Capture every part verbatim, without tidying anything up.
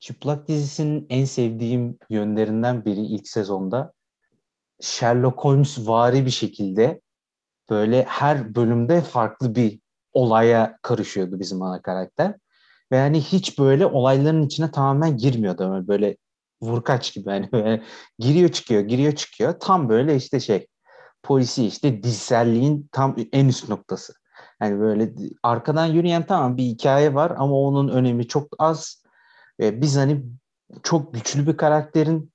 Çıplak dizisinin en sevdiğim yönlerinden biri ilk sezonda Sherlock Holmes vari bir şekilde böyle her bölümde farklı bir olaya karışıyordu bizim ana karakter. Ve yani hiç böyle olayların içine tamamen girmiyordu. Böyle, böyle vurkaç gibi hani böyle giriyor çıkıyor giriyor çıkıyor. Tam böyle işte şey polisi işte diziselliğin tam en üst noktası. Yani böyle arkadan yürüyen tamam bir hikaye var ama onun önemi çok az. Ve biz hani çok güçlü bir karakterin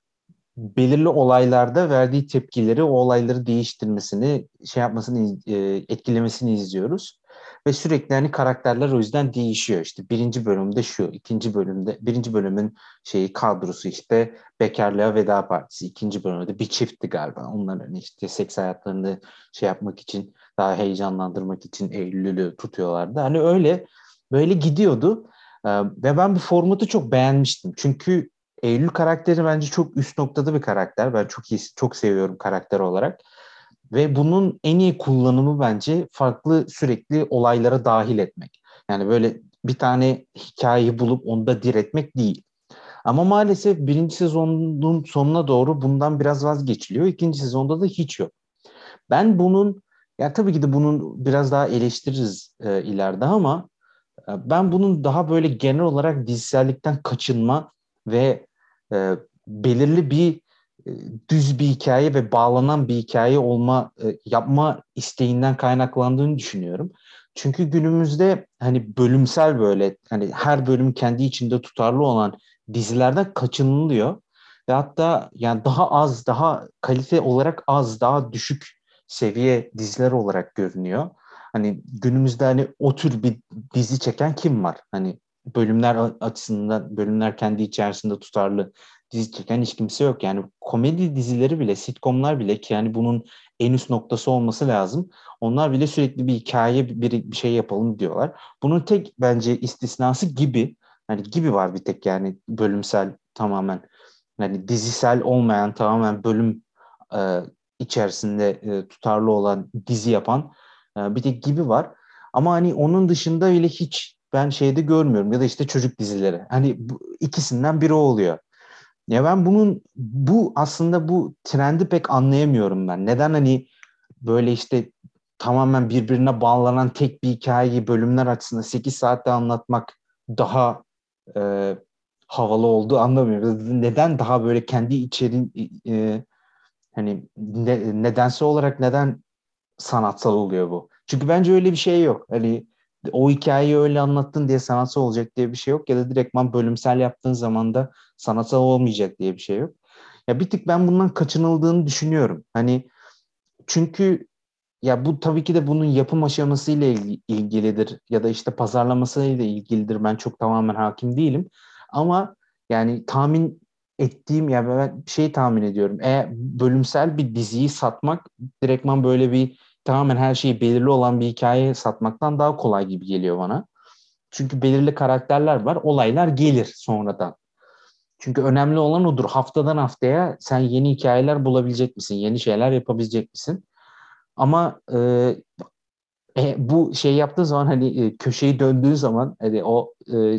belirli olaylarda verdiği tepkileri, o olayları değiştirmesini, şey yapmasını, e, etkilemesini izliyoruz. Ve sürekli hani karakterler o yüzden değişiyor. İşte birinci bölümde şu, ikinci bölümde, birinci bölümün şeyi kadrosu işte Bekarlığa Veda Partisi. İkinci bölümde bir çiftti galiba. Onların hani işte seks hayatlarını şey yapmak için, daha heyecanlandırmak için Eylül'ü tutuyorlardı. Hani öyle böyle gidiyordu. Ee, Ve ben bu formatı çok beğenmiştim. Çünkü Eylül karakteri bence çok üst noktada bir karakter. Ben çok iyi, çok seviyorum karakter olarak. Ve bunun en iyi kullanımı bence farklı sürekli olaylara dahil etmek. Yani böyle bir tane hikayeyi bulup onu da diretmek değil. Ama maalesef birinci sezonun sonuna doğru bundan biraz vazgeçiliyor. İkinci sezonda da hiç yok. Ben bunun, ya tabii ki de bunun biraz daha eleştiririz e, ileride ama e, ben bunun daha böyle genel olarak dizisellikten kaçınma ve e, belirli bir e, düz bir hikaye ve bağlanan bir hikaye olma e, yapma isteğinden kaynaklandığını düşünüyorum. Çünkü günümüzde hani bölümsel böyle hani her bölüm kendi içinde tutarlı olan dizilerden kaçınılıyor. Ve hatta yani daha az, daha kalite olarak az, daha düşük seviye diziler olarak görünüyor. Hani günümüzde hani o tür bir dizi çeken kim var? Hani bölümler açısından, bölümler kendi içerisinde tutarlı dizi çeken hiç kimse yok. Yani komedi dizileri bile, sitcomlar bile ki yani bunun en üst noktası olması lazım. Onlar bile sürekli bir hikaye, bir, bir şey yapalım diyorlar. Bunun tek bence istisnası gibi. Hani gibi var bir tek yani bölümsel tamamen. Yani dizisel olmayan tamamen bölüm e, içerisinde e, tutarlı olan dizi yapan e, bir tek gibi var. Ama hani onun dışında öyle hiç ben şeyde görmüyorum ya da işte çocuk dizileri. Hani bu, ikisinden biri oluyor. Ya ben bunun bu aslında bu trendi pek anlayamıyorum ben. Neden hani böyle işte tamamen birbirine bağlanan tek bir hikayeyi bölümler açısından sekiz saatte anlatmak daha e, havalı olduğu anlamıyorum. Neden daha böyle kendi içerin e, hani ne, nedense olarak neden sanatsal oluyor bu? Çünkü bence öyle bir şey yok. Hani o hikayeyi öyle anlattın diye sanatsal olacak diye bir şey yok ya da direktman bölümsel yaptığın zaman da sanatsal olmayacak diye bir şey yok. Ya bir tık ben bundan kaçınıldığını düşünüyorum. Hani çünkü ya bu tabii ki de bunun yapım aşamasıyla ilgi- ilgilidir ya da işte pazarlamasıyla ilgilidir. Ben çok tamamen hakim değilim. Ama yani tahmin ettiğim ya ben bir şey tahmin ediyorum. Eğer bölümsel bir diziyi satmak direktman böyle bir tamamen her şeyi belirli olan bir hikaye satmaktan daha kolay gibi geliyor bana. Çünkü belirli karakterler var, olaylar gelir sonradan. Çünkü önemli olan odur. Haftadan haftaya sen yeni hikayeler bulabilecek misin? Yeni şeyler yapabilecek misin? Ama e, e, bu şey yaptığı zaman hani e, köşeyi döndüğü zaman hani o e,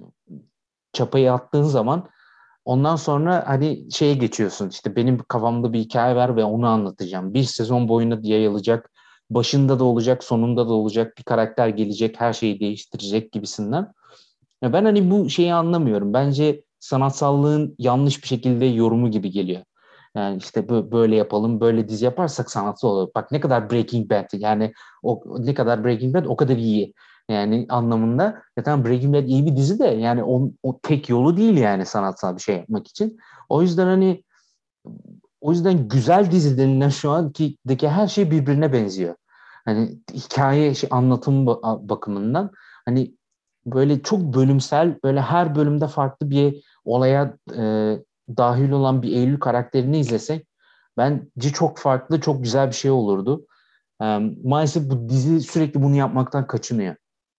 çapayı attığın zaman ondan sonra hani şeye geçiyorsun işte benim kafamda bir hikaye var ve onu anlatacağım. Bir sezon boyunca yayılacak. Başında da olacak, sonunda da olacak. Bir karakter gelecek, her şeyi değiştirecek gibisinden. Ya ben hani bu şeyi anlamıyorum. Bence sanatsallığın yanlış bir şekilde yorumu gibi geliyor. Yani işte bö- böyle yapalım, böyle dizi yaparsak sanatsal olur. Bak ne kadar Breaking Bad yani o ne kadar Breaking Bad o kadar iyi. Yani anlamında. Ya tamam Breaking Bad iyi bir dizi de yani o, o tek yolu değil yani sanatsal bir şey yapmak için. O yüzden hani o yüzden güzel dizi denilen şu ankideki her şey birbirine benziyor. Hani hikaye şey, anlatım ba- bakımından hani böyle çok bölümsel böyle her bölümde farklı bir olaya e, dahil olan bir Eylül karakterini izlesek bence çok farklı çok güzel bir şey olurdu. E, Maalesef bu dizi sürekli bunu yapmaktan kaçınıyor.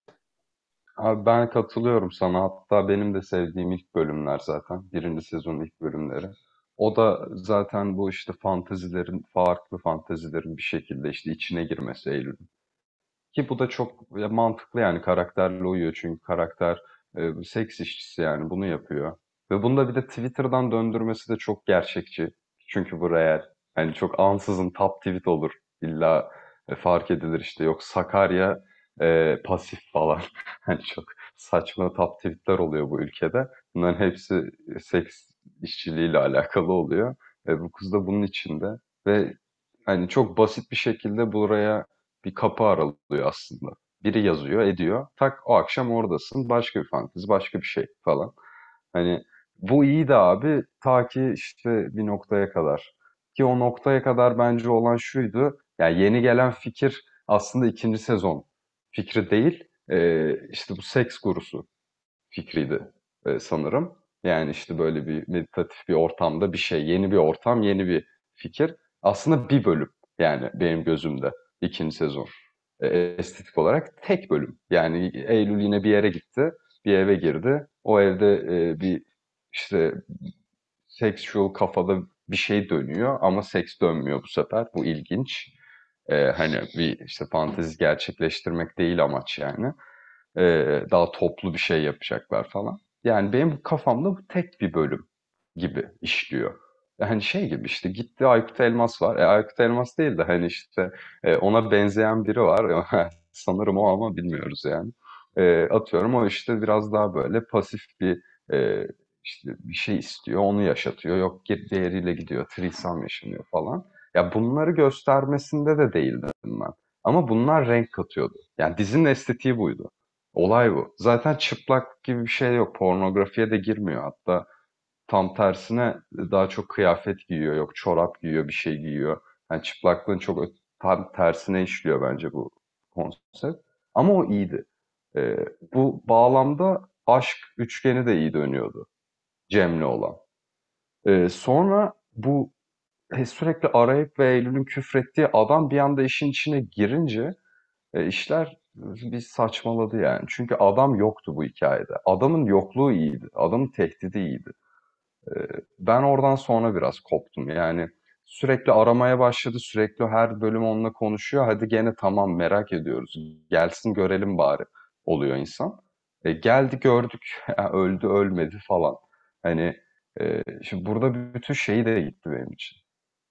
Abi ben katılıyorum sana. Hatta benim de sevdiğim ilk bölümler zaten. Birinci sezonun ilk bölümleri. O da zaten bu işte fantezilerin, farklı fantezilerin bir şekilde işte içine girmesi Eylül'ün. Ki bu da çok ya, mantıklı yani karakterle uyuyor. Çünkü karakter E, bu seks işçisi yani bunu yapıyor. Ve bunu da bir de Twitter'dan döndürmesi de çok gerçekçi. Çünkü bu real. Hani çok ansızın top tweet olur. İlla e, fark edilir işte. Yok Sakarya e, pasif falan. Hani çok saçma top tweetler oluyor bu ülkede. Bunların hepsi seks işçiliğiyle alakalı oluyor. E, bu kız da bunun içinde. Ve hani çok basit bir şekilde buraya bir kapı aralıyor aslında. Biri yazıyor, ediyor. Tak o akşam oradasın. Başka bir fantezi, başka bir şey falan. Hani bu iyi de abi ta ki işte bir noktaya kadar. Ki o noktaya kadar bence olan şuydu. Yani yeni gelen fikir aslında ikinci sezon fikri değil. E, işte bu seks gurusu fikriydi e, sanırım. Yani işte böyle bir meditatif bir ortamda bir şey, yeni bir ortam, yeni bir fikir. Aslında bir bölüm yani benim gözümde ikinci sezon. E, estetik olarak tek bölüm. Yani Eylül yine bir yere gitti, bir eve girdi. O evde e, bir işte sexual kafada bir şey dönüyor ama seks dönmüyor bu sefer. Bu ilginç. E, hani bir işte fantezi gerçekleştirmek değil amaç yani. Ee, daha toplu bir şey yapacaklar falan. Yani benim kafamda bu tek bir bölüm gibi işliyor. Yani şey gibi işte gitti Aykut Elmas var. E, Aykut Elmas değil de hani işte e, ona benzeyen biri var. Sanırım o ama bilmiyoruz yani. E, atıyorum o işte biraz daha böyle pasif bir e, işte bir şey istiyor, onu yaşatıyor. Yok diğeriyle gidiyor, threesome yaşanıyor falan. Ya bunları göstermesinde de değildim ben. Ama bunlar renk katıyordu. Yani dizinin estetiği buydu. Olay bu. Zaten çıplak gibi bir şey yok. Pornografiye de girmiyor. Hatta tam tersine daha çok kıyafet giyiyor. Yok çorap giyiyor, bir şey giyiyor. Yani çıplaklığın çok ö- tam tersine işliyor bence bu konsept. Ama o iyiydi. Ee, bu bağlamda aşk üçgeni de iyi dönüyordu. Cem'le olan. Ee, sonra bu e, sürekli arayıp ve Eylül'ün küfrettiği adam bir anda işin içine girince e, işler bir saçmaladı yani. Çünkü adam yoktu bu hikayede. Adamın yokluğu iyiydi. Adamın tehdidi iyiydi. E, ben oradan sonra biraz koptum. Yani sürekli aramaya başladı. Sürekli her bölüm onunla konuşuyor. Hadi gene tamam merak ediyoruz. Gelsin görelim bari oluyor insan. E, geldi gördük. Ya, öldü ölmedi falan. Hani e, şimdi burada bütün şeyi de gitti benim için.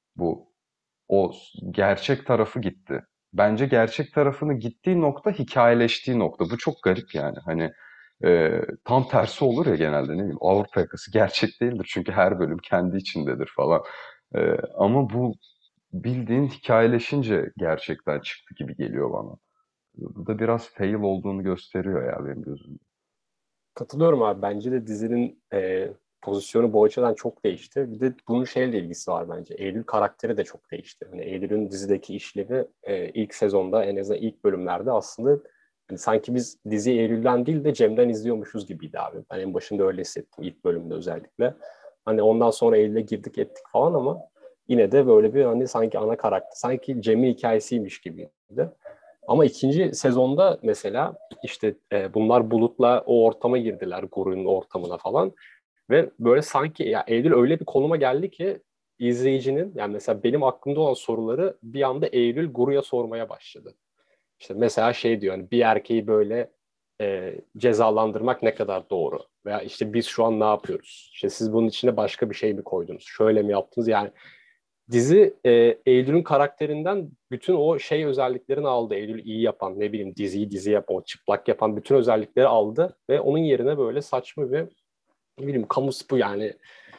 Bu o gerçek tarafı gitti. Bence gerçek tarafını gittiği nokta hikayeleştiği nokta. Bu çok garip yani. Hani e, tam tersi olur ya genelde ne bileyim. Avrupa yakası gerçek değildir çünkü her bölüm kendi içindedir falan. E, ama bu bildiğin hikayeleşince gerçekten çıktı gibi geliyor bana. Bu da biraz fail olduğunu gösteriyor ya benim gözümde. Katılıyorum abi. Bence de dizinin e, pozisyonu bu açıdan çok değişti. Bir de bunun şeyle ilgisi var bence. Eylül karakteri de çok değişti. Hani Eylül'ün dizideki işlevi e, ilk sezonda en azından ilk bölümlerde aslında hani sanki biz diziyi Eylül'den değil de Cem'den izliyormuşuz gibiydi abi. Ben en başında öyle hissettim ilk bölümde özellikle. Hani ondan sonra Eylül'e girdik ettik falan ama yine de böyle bir hani sanki ana karakter, sanki Cem'in hikayesiymiş gibiydi. Ama ikinci sezonda mesela işte e, bunlar Bulut'la o ortama girdiler, Guru'nun ortamına falan. Ve böyle sanki ya Eylül öyle bir konuma geldi ki izleyicinin yani mesela benim aklımda olan soruları bir anda Eylül Guru'ya sormaya başladı. İşte mesela şey diyor hani bir erkeği böyle e, cezalandırmak ne kadar doğru? Veya işte biz şu an ne yapıyoruz? İşte siz bunun içine başka bir şey mi koydunuz? Şöyle mi yaptınız? Yani dizi e, Eylül'ün karakterinden bütün o şey özelliklerini aldı. Eylül iyi yapan, ne bileyim diziyi dizi yapan, o çıplak yapan bütün özellikleri aldı ve onun yerine böyle saçma bir ne bileyim kamu spotu yani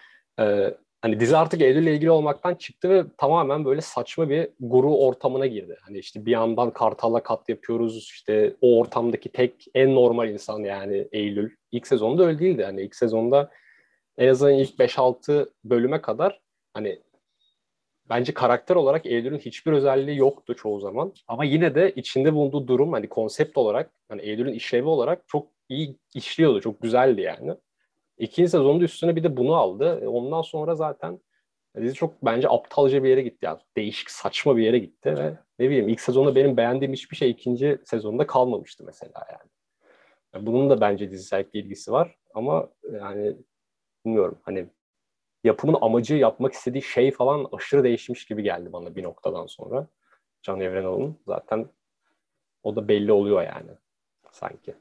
e, hani dizi artık Eylül'le ilgili olmaktan çıktı ve tamamen böyle saçma bir guru ortamına girdi. Hani işte bir yandan Kartal'la kat yapıyoruz işte o ortamdaki tek en normal insan yani Eylül. İlk sezonda öyle değildi. Hani ilk sezonda en azından ilk beş altı bölüme kadar hani bence karakter olarak Eylül'ün hiçbir özelliği yoktu çoğu zaman. Ama yine de içinde bulunduğu durum hani konsept olarak hani Eylül'ün işlevi olarak çok iyi işliyordu. Çok güzeldi yani. İkinci sezonda üstüne bir de bunu aldı. E, Ondan sonra zaten dizi çok bence aptalca bir yere gitti. Yani değişik saçma bir yere gitti ve ne bileyim ilk sezonda benim beğendiğim hiçbir şey ikinci sezonda kalmamıştı mesela yani. Yani bunun da bence dizisellikle ilgisi var ama yani bilmiyorum hani yapımın amacı yapmak istediği şey falan aşırı değişmiş gibi geldi bana bir noktadan sonra. Can Evrenol'un zaten o da belli oluyor yani sanki.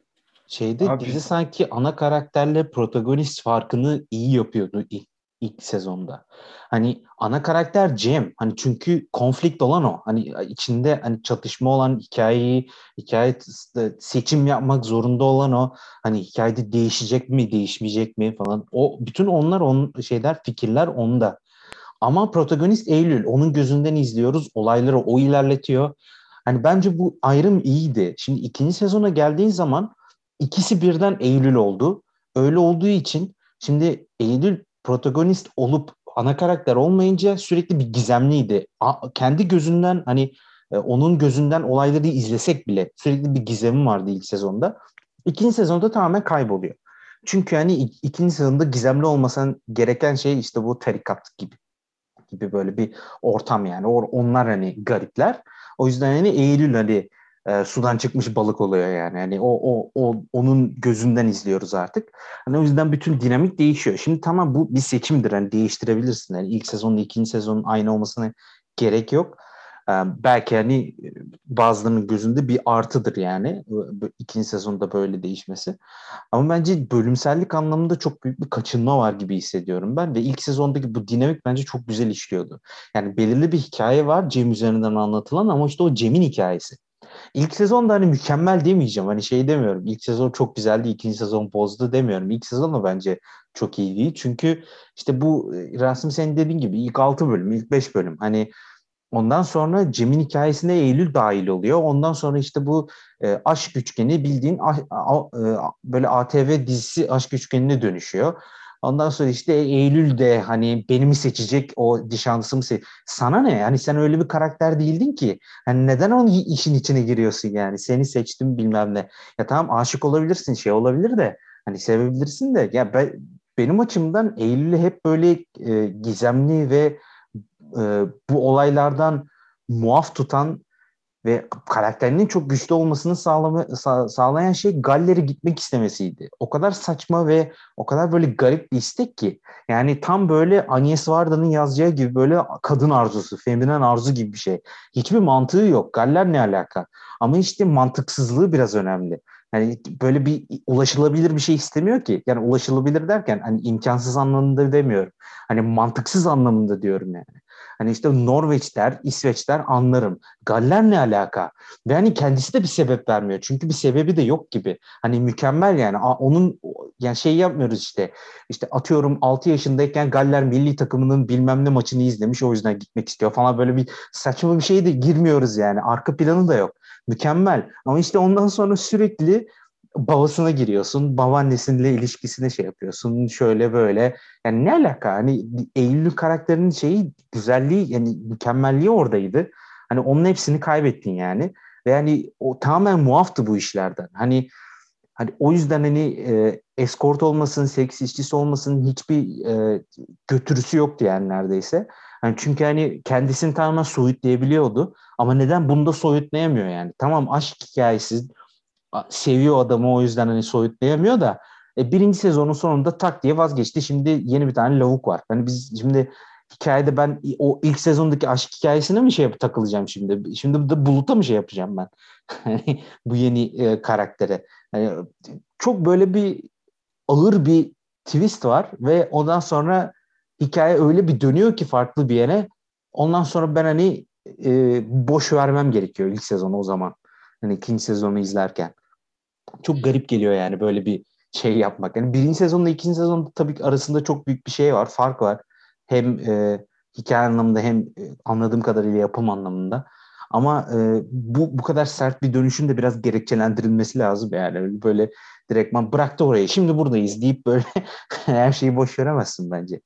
Şeyde Abi dizi sanki ana karakterle protagonist farkını iyi yapıyordu ilk, ilk sezonda. Hani ana karakter Cem. Hani çünkü konflikt olan o. Hani içinde hani çatışma olan hikayeyi, hikaye seçim yapmak zorunda olan o. Hani hikayede değişecek mi, değişmeyecek mi falan. O bütün onlar on şeyler, fikirler onda. Ama protagonist Eylül. Onun gözünden izliyoruz. Olayları o ilerletiyor. Hani bence bu ayrım iyiydi. Şimdi ikinci sezona geldiğin zaman ikisi birden Eylül oldu. Öyle olduğu için şimdi Eylül protagonist olup ana karakter olmayınca sürekli bir gizemliydi. A- kendi gözünden hani e, onun gözünden olayları izlesek bile sürekli bir gizemi vardı ilk sezonda. İkinci sezonda tamamen kayboluyor. Çünkü hani ik- ikinci sezonda gizemli olmasan gereken şey işte bu tarikat gibi gibi böyle bir ortam yani. Or- onlar hani garipler. O yüzden hani Eylül hani e, sudan çıkmış balık oluyor yani. Hani o, o, o onun gözünden izliyoruz artık. Hani o yüzden bütün dinamik değişiyor. Şimdi tamam bu bir seçimdir. Hani değiştirebilirsin. Yani ilk sezonla ikinci sezonun aynı olmasına gerek yok. E, belki hani bazılarının gözünde bir artıdır yani. İkinci sezonda böyle değişmesi. Ama bence bölümsellik anlamında çok büyük bir kaçınma var gibi hissediyorum ben ve ilk sezondaki bu dinamik bence çok güzel işliyordu. Yani belirli bir hikaye var Cem üzerinden anlatılan ama işte o Cem'in hikayesi. İlk sezon da hani mükemmel demeyeceğim. Hani şey demiyorum. İlk sezon çok güzeldi, ikinci sezon bozdu demiyorum. İlk sezon da bence çok iyi değil. Çünkü işte bu e, Rasim senin dediğin gibi ilk altı bölüm, ilk beş bölüm. Hani ondan sonra Cem'in hikayesine Eylül dahil oluyor. Ondan sonra işte bu e, aşk üçgeni bildiğin a, a, e, böyle A T V dizisi aşk üçgenine dönüşüyor. Ondan sonra işte Eylül de hani beni mi seçecek o dişanlısı mı se- sana ne yani sen öyle bir karakter değildin ki. Hani neden onun işin içine giriyorsun yani seni seçtim bilmem ne. Ya tamam aşık olabilirsin şey olabilir de hani sevebilirsin de ya ben, benim açımdan Eylül'ü hep böyle e, gizemli ve e, bu olaylardan muaf tutan ve karakterinin çok güçlü olmasını sağlama, sağ- sağlayan şey Galler'e gitmek istemesiydi. O kadar saçma ve o kadar böyle garip bir istek ki. Yani tam böyle Agnes Varda'nın yazacağı gibi böyle kadın arzusu, feminen arzu gibi bir şey. Hiçbir mantığı yok. Galler ne alaka? Ama işte mantıksızlığı biraz önemli. Yani böyle bir ulaşılabilir bir şey istemiyor ki. Yani ulaşılabilir derken hani imkansız anlamında demiyorum. Hani mantıksız anlamında diyorum yani. Hani işte Norveçler, İsveçler anlarım. Galler ne alaka? Ve hani kendisi de bir sebep vermiyor. Çünkü bir sebebi de yok gibi. Hani mükemmel yani. A- Onun yani şey yapmıyoruz işte. İşte atıyorum altı yaşındayken Galler milli takımının bilmem ne maçını izlemiş o yüzden gitmek istiyor falan böyle bir saçma bir şeye de girmiyoruz yani. Arka planı da yok. Mükemmel. Ama işte ondan sonra sürekli babasına giriyorsun. Babaannesiyle ilişkisine şey yapıyorsun. Şöyle böyle. Yani ne alaka? Hani Eylül karakterinin şeyi güzelliği yani mükemmelliği oradaydı. Hani onun hepsini kaybettin yani. Ve yani o tamamen muaftı bu işlerden. Hani hani o yüzden hani e, eskort olmasın, seks işçisi olmasın hiçbir e, götürüsü yoktu yani neredeyse. Hani çünkü hani kendisini tamamen soyutlayabiliyordu. Ama neden bunu da soyutlayamıyor yani? Tamam aşk hikayesi seviyor adamı o yüzden hani soyutlayamıyor da e, birinci sezonun sonunda tak diye vazgeçti. Şimdi yeni bir tane lavuk var. Hani biz şimdi hikayede ben o ilk sezondaki aşk hikayesine mi şey yap takılacağım şimdi? Şimdi de Bulut'a mı şey yapacağım ben? Hani bu yeni e, karaktere. Hani çok böyle bir ağır bir twist var ve ondan sonra hikaye öyle bir dönüyor ki farklı bir yere. Ondan sonra ben hani e, boş vermem gerekiyor ilk sezonu o zaman. Hani ikinci sezonu izlerken çok garip geliyor yani böyle bir şey yapmak. Yani birinci sezonla ikinci sezon tabii ki arasında çok büyük bir şey var, fark var. Hem e, hikaye anlamında hem e, anladığım kadarıyla yapım anlamında. Ama e, bu bu kadar sert bir dönüşün de biraz gerekçelendirilmesi lazım yani. Böyle direktman bıraktı orayı. Şimdi buradayız deyip böyle her şeyi boş veremezsin bence.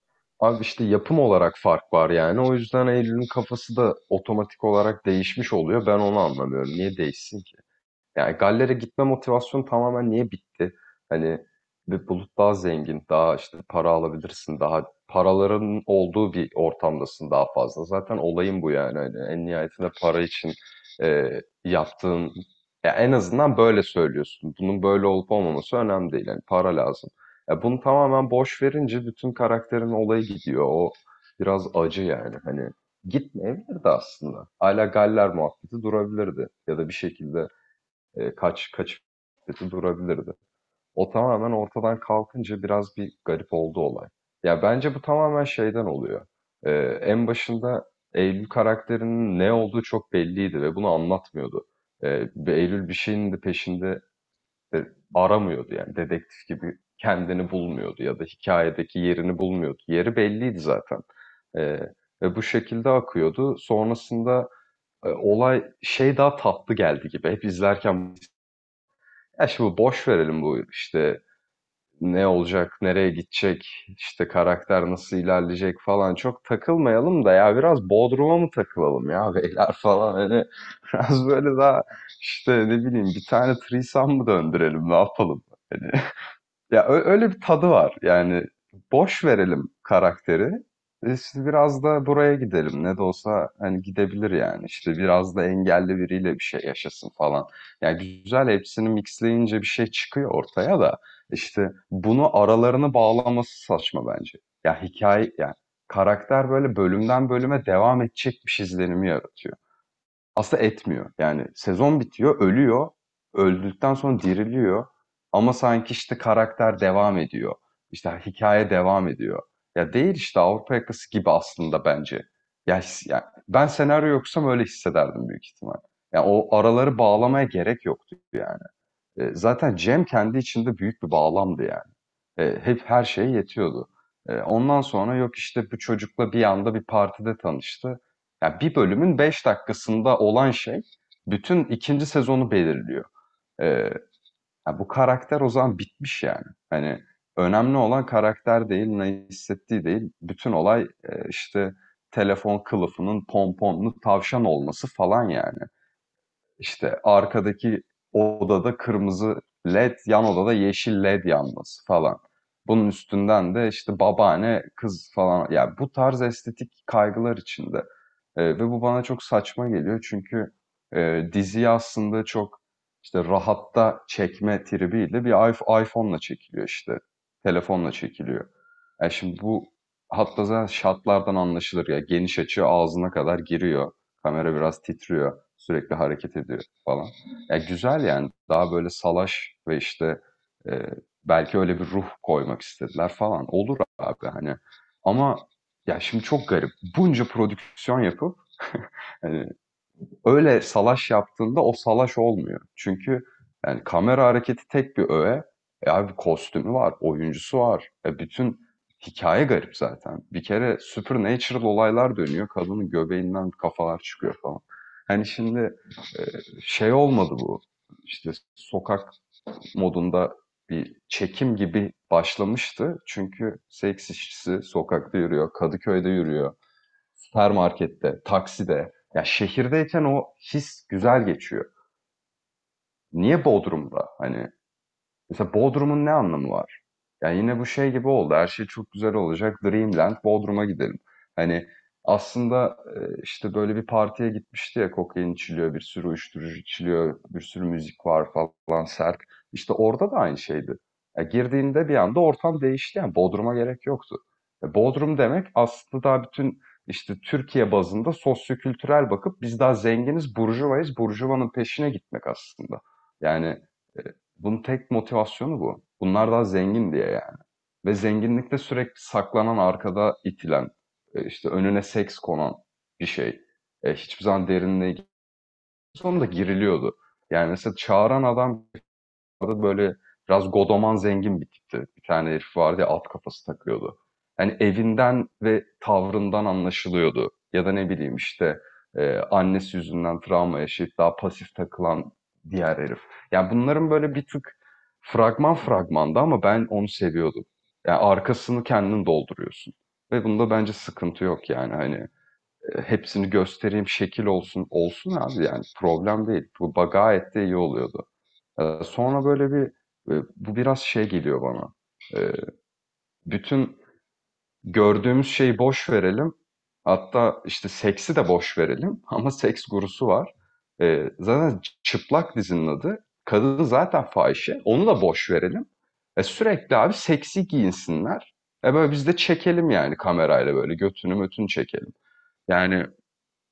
Abi işte yapım olarak fark var yani. O yüzden Eylül'ün kafası da otomatik olarak değişmiş oluyor. Ben onu anlamıyorum. Niye değişsin ki? Yani Galler'e gitme motivasyonu tamamen niye bitti? Hani bir Bulut daha zengin, daha işte para alabilirsin, daha paraların olduğu bir ortamdasın daha fazla. Zaten olayın bu yani. Hani en nihayetinde para için e, yaptığın, ya en azından böyle söylüyorsun. Bunun böyle olup olmaması önemli değil. Yani para lazım. Ya bunu tamamen boş verince bütün karakterin olayı gidiyor. O biraz acı yani. Hani gitmeyebilirdi aslında. Hala Galler muhabbeti durabilirdi. Ya da bir şekilde e, kaç kaçıp muhabbeti durabilirdi. O tamamen ortadan kalkınca biraz bir garip oldu olay. Ya bence bu tamamen şeyden oluyor. Ee, en başında Eylül karakterinin ne olduğu çok belliydi ve bunu anlatmıyordu. Ee, ve Eylül bir şeyin de peşinde de aramıyordu yani dedektif gibi kendini bulmuyordu ya da hikayedeki yerini bulmuyordu. Yeri belliydi zaten. Ee, ve bu şekilde akıyordu. Sonrasında e, olay şey daha tatlı geldi gibi. Hep izlerken ya şimdi boş verelim bu işte ne olacak, nereye gidecek, işte karakter nasıl ilerleyecek falan çok takılmayalım da ya biraz Bodrum'a mı takılalım ya beyler falan hani biraz böyle daha işte ne bileyim bir tane threesome mı döndürelim ne yapalım hani ya ö- öyle bir tadı var yani boş verelim karakteri. E İşte biraz da buraya gidelim ne de olsa hani gidebilir yani işte biraz da engelli biriyle bir şey yaşasın falan. Yani güzel hepsini mixleyince bir şey çıkıyor ortaya da işte bunu aralarını bağlaması saçma bence. Ya hikaye yani karakter böyle bölümden bölüme devam edecekmiş izlenimi yaratıyor. Aslında etmiyor. Yani sezon bitiyor, ölüyor. Öldükten sonra diriliyor. Ama sanki işte karakter devam ediyor. İşte hikaye devam ediyor. Ya değil işte Avrupa Yakası gibi aslında bence. Ya, his- ya ben senaryo yoksam öyle hissederdim büyük ihtimal. Ya o araları bağlamaya gerek yoktu yani. E, zaten Cem kendi içinde büyük bir bağlamdı yani. E, hep her şeye yetiyordu. E, ondan sonra yok işte bu çocukla bir anda bir partide tanıştı. Yani bir bölümün beş dakikasında olan şey bütün ikinci sezonu belirliyor. E, ya bu karakter o zaman bitmiş yani. Hani önemli olan karakter değil, ne hissettiği değil. Bütün olay e, işte telefon kılıfının pomponlu tavşan olması falan yani. İşte arkadaki odada kırmızı led, yan odada yeşil led yanması falan. Bunun üstünden de işte babaanne, kız falan. Ya bu tarz estetik kaygılar içinde. Ee, ve bu bana çok saçma geliyor çünkü e, diziyi aslında çok işte rahatta çekme tribiyle bir iPh- iPhone'la çekiliyor işte. Telefonla çekiliyor. Yani şimdi bu hatta zaten şartlardan anlaşılır ya. Geniş açı ağzına kadar giriyor. Kamera biraz titriyor. Sürekli hareket ediyor falan. Ya güzel yani. Daha böyle salaş ve işte e, belki öyle bir ruh koymak istediler falan. Olur abi hani. Ama ya şimdi çok garip. Bunca prodüksiyon yapıp hani öyle salaş yaptığında o salaş olmuyor. Çünkü yani kamera hareketi tek bir öğe. E abi kostümü var, oyuncusu var. E bütün hikaye garip zaten. Bir kere supernatural olaylar dönüyor. Kadının göbeğinden kafalar çıkıyor falan. Hani şimdi e, şey olmadı bu. İşte sokak modunda bir çekim gibi başlamıştı. Çünkü seks işçisi sokakta yürüyor, Kadıköy'de yürüyor, süpermarkette, takside. Ya şehirdeyken o his güzel geçiyor. Niye Bodrum'da? Hani mesela Bodrum'un ne anlamı var? Yani yine bu şey gibi oldu. Her şey çok güzel olacak. Dreamland, Bodrum'a gidelim. Hani aslında e, işte böyle bir partiye gitmişti ya kokain içiliyor, bir sürü uyuşturucu içiliyor, bir sürü müzik var falan sert. İşte orada da aynı şeydi. Ya girdiğinde bir anda ortam değişti. Yani Bodrum'a gerek yoktu. E, Bodrum demek aslında daha bütün işte Türkiye bazında sosyokültürel bakıp biz daha zenginiz, burjuvayız, burjuvanın peşine gitmek aslında. Yani e, bunun tek motivasyonu bu. Bunlar daha zengin diye yani. Ve zenginlikte sürekli saklanan, arkada itilen, e, işte önüne seks konan bir şey. E, hiçbir zaman derinliğe sonunda giriliyordu. Yani mesela çağıran adam da böyle biraz godoman zengin bir tipti. Bir tane herif vardı ya at kafası takıyordu. Yani evinden ve tavrından anlaşılıyordu. Ya da ne bileyim işte e, annesi yüzünden travma yaşayıp daha pasif takılan diğer herif. Yani bunların böyle bir tık fragman fragmanda ama ben onu seviyordum. Yani arkasını kendin dolduruyorsun. Ve bunda bence sıkıntı yok yani hani e, hepsini göstereyim şekil olsun olsun abi yani problem değil. Bu ba- gayet de iyi oluyordu. Ee, sonra böyle bir e, bu biraz şey geliyor bana. Ee, bütün gördüğümüz şeyi boş verelim. Hatta işte seksi de boş verelim. Ama seks gurusu var. Ee, zaten çıplak dizinin adı. Kadın zaten fahişe. Onu da boş verelim. E, sürekli abi seksi giyinsinler. E böyle biz de çekelim yani kamerayla böyle götünü mötünü çekelim. Yani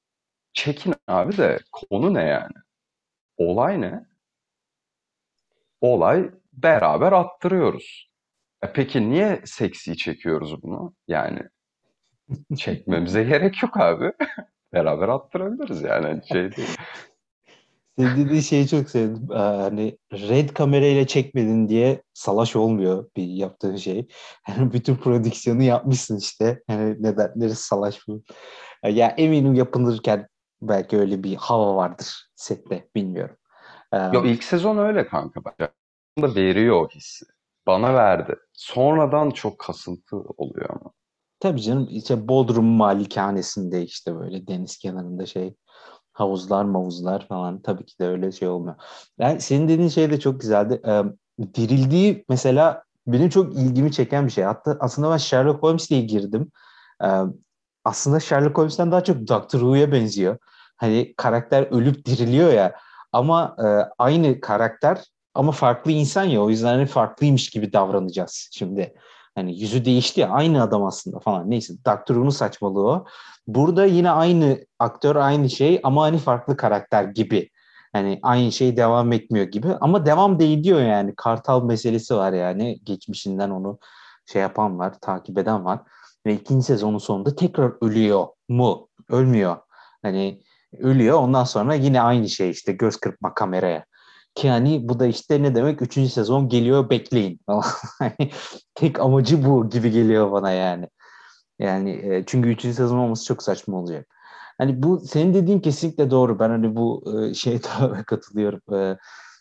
çekin abi de konu ne yani? Olay ne? olay beraber attırıyoruz. E peki niye seksi çekiyoruz bunu? Yani çekmemize gerek yok abi. Beraber attırabiliriz yani hani şey değil. Senin dediğin şeyi çok sevdim. Ee, hani red kamerayla çekmedin diye salaş olmuyor bir yaptığın şey. Yani bütün prodüksiyonu yapmışsın işte. Yani neden neresi salaş bu? Ya eminim yapılırken belki öyle bir hava vardır sette, bilmiyorum. Ee, Yo ilk sezon öyle kanka bence. Da veriyor o hissi. Bana verdi. Sonradan çok kasıntı oluyor ama. tabii canım, işte Bodrum Malikanesi'nde işte böyle deniz kenarında şey havuzlar mavuzlar falan, tabii ki de öyle şey olmuyor. Yani senin dediğin şey de çok güzeldi. Ee, dirildiği mesela benim çok ilgimi çeken bir şey. Hatta aslında ben Sherlock Holmes diye girdim. Ee, aslında Sherlock Holmes'ten daha çok Doctor Who'ya benziyor. Hani karakter ölüp diriliyor ya, ama e, aynı karakter ama farklı insan ya, o yüzden hani farklıymış gibi davranacağız şimdi. Hani yüzü değişti ya, aynı adam aslında falan. Neyse, Doctor Who'nun saçmalığı o. Burada yine aynı aktör, aynı şey ama hani farklı karakter gibi. Hani aynı şey devam etmiyor gibi ama devam da ediyor yani. Kartal meselesi var yani. Geçmişinden onu şey yapan var, takip eden var. Ve ikinci sezonun sonunda tekrar ölüyor mu? Ölmüyor. Hani ölüyor, ondan sonra yine aynı şey işte, göz kırpma kameraya. Ki hani bu da işte ne demek? Üçüncü sezon geliyor, bekleyin. Hani tek amacı bu gibi geliyor bana yani. Yani e, çünkü üçüncü sezon olması çok saçma olacak. Hani bu senin dediğin kesinlikle doğru. Ben hani bu e, şeye tamamen katılıyorum. E,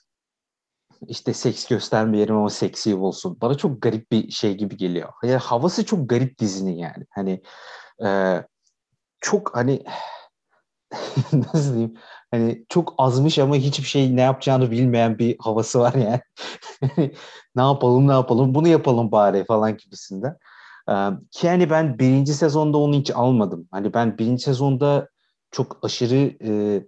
işte seks göstermeyelim ama seksi olsun. Bana çok garip bir şey gibi geliyor. Yani havası çok garip dizinin yani. Hani e, çok hani nasıl diyeyim? Hani çok azmış ama hiçbir şey ne yapacağını bilmeyen bir havası var yani. Ne yapalım ne yapalım bunu yapalım bari falan gibisinden. Ee, ki hani ben birinci sezonda onu hiç almadım. Hani ben birinci sezonda çok aşırı e,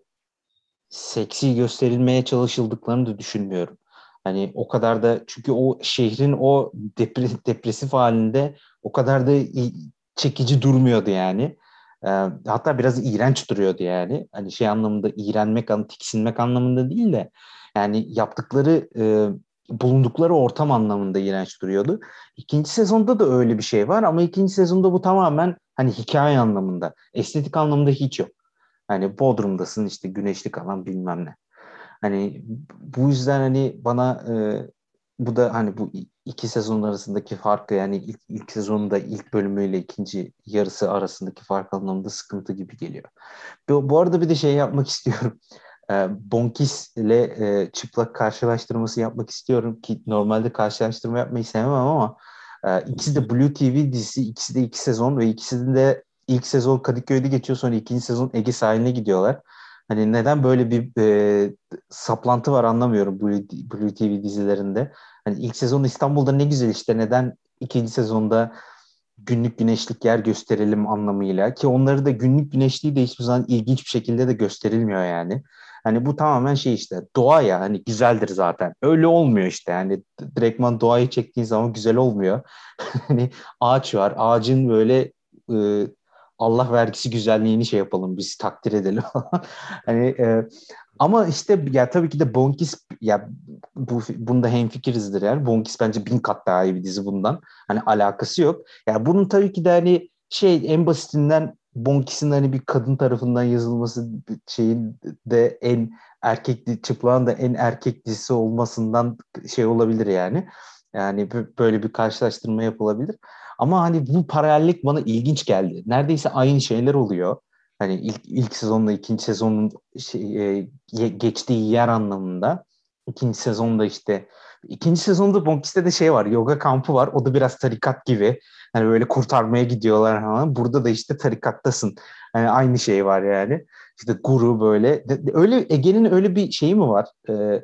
seksi gösterilmeye çalışıldıklarını da düşünmüyorum. Hani o kadar da, çünkü o şehrin o depre- depresif halinde o kadar da i- çekici durmuyordu yani. Ee, hatta biraz iğrenç duruyordu yani. Hani şey anlamında iğrenmek, an- tiksinmek anlamında değil de yani yaptıkları e, bulundukları ortam anlamında iğrenç duruyordu. İkinci sezonda da öyle bir şey var ama ikinci sezonda bu tamamen hani hikaye anlamında. Estetik anlamında hiç yok. Hani Bodrum'dasın işte, güneşlik alan bilmem ne. Hani bu yüzden hani bana e, bu da hani bu iki sezon arasındaki farkı, yani ilk, ilk sezonda ilk bölümüyle ikinci yarısı arasındaki fark anlamında sıkıntı gibi geliyor. Bu, bu arada bir de şey yapmak istiyorum. E, Bonkis ile e, çıplak karşılaştırması yapmak istiyorum ki normalde karşılaştırma yapmayı sevmem ama e, ikisi de Blue T V dizisi, ikisi de iki sezon ve ikisinde ilk sezon Kadıköy'de geçiyor, sonra ikinci sezon Ege sahiline gidiyorlar. Hani neden böyle bir e, saplantı var anlamıyorum Blue, Blue T V dizilerinde. Hani ilk sezon İstanbul'da ne güzel işte, neden ikinci sezonda günlük güneşlik yer gösterelim anlamıyla, ki onları da günlük güneşliği de hiçbir zaman ilginç bir şekilde de gösterilmiyor yani. Hani bu tamamen şey işte, doğa ya, hani güzeldir zaten. Öyle olmuyor işte yani, direktman doğayı çektiğin zaman güzel olmuyor. Hani ağaç var, ağacın böyle e, Allah vergisi güzelliğini şey yapalım, biz takdir edelim. Hani e, ama işte ya tabii ki de Bonkis, ya bu bunda hemfikirizdir yani. Bonkis bence bin kat daha iyi bir dizi bundan. Hani alakası yok. Ya bunun tabii ki de hani şey, en basitinden Bonkis'in hani bir kadın tarafından yazılması, şeyin de en erkek, çıplağın da en erkek dizisi olmasından şey olabilir yani. Yani böyle bir karşılaştırma yapılabilir. Ama hani bu paralellik bana ilginç geldi. Neredeyse aynı şeyler oluyor. Hani ilk, ilk sezonla ikinci sezonun şey, e, geçtiği yer anlamında. İkinci sezonda işte, ikinci sezonda Bonkis'te de şey var, yoga kampı var. O da biraz tarikat gibi. Hani böyle kurtarmaya gidiyorlar falan. Burada da işte tarikattasın. Hani aynı şey var yani. İşte guru böyle. De- de- öyle Ege'nin öyle bir şeyi mi var? Ee,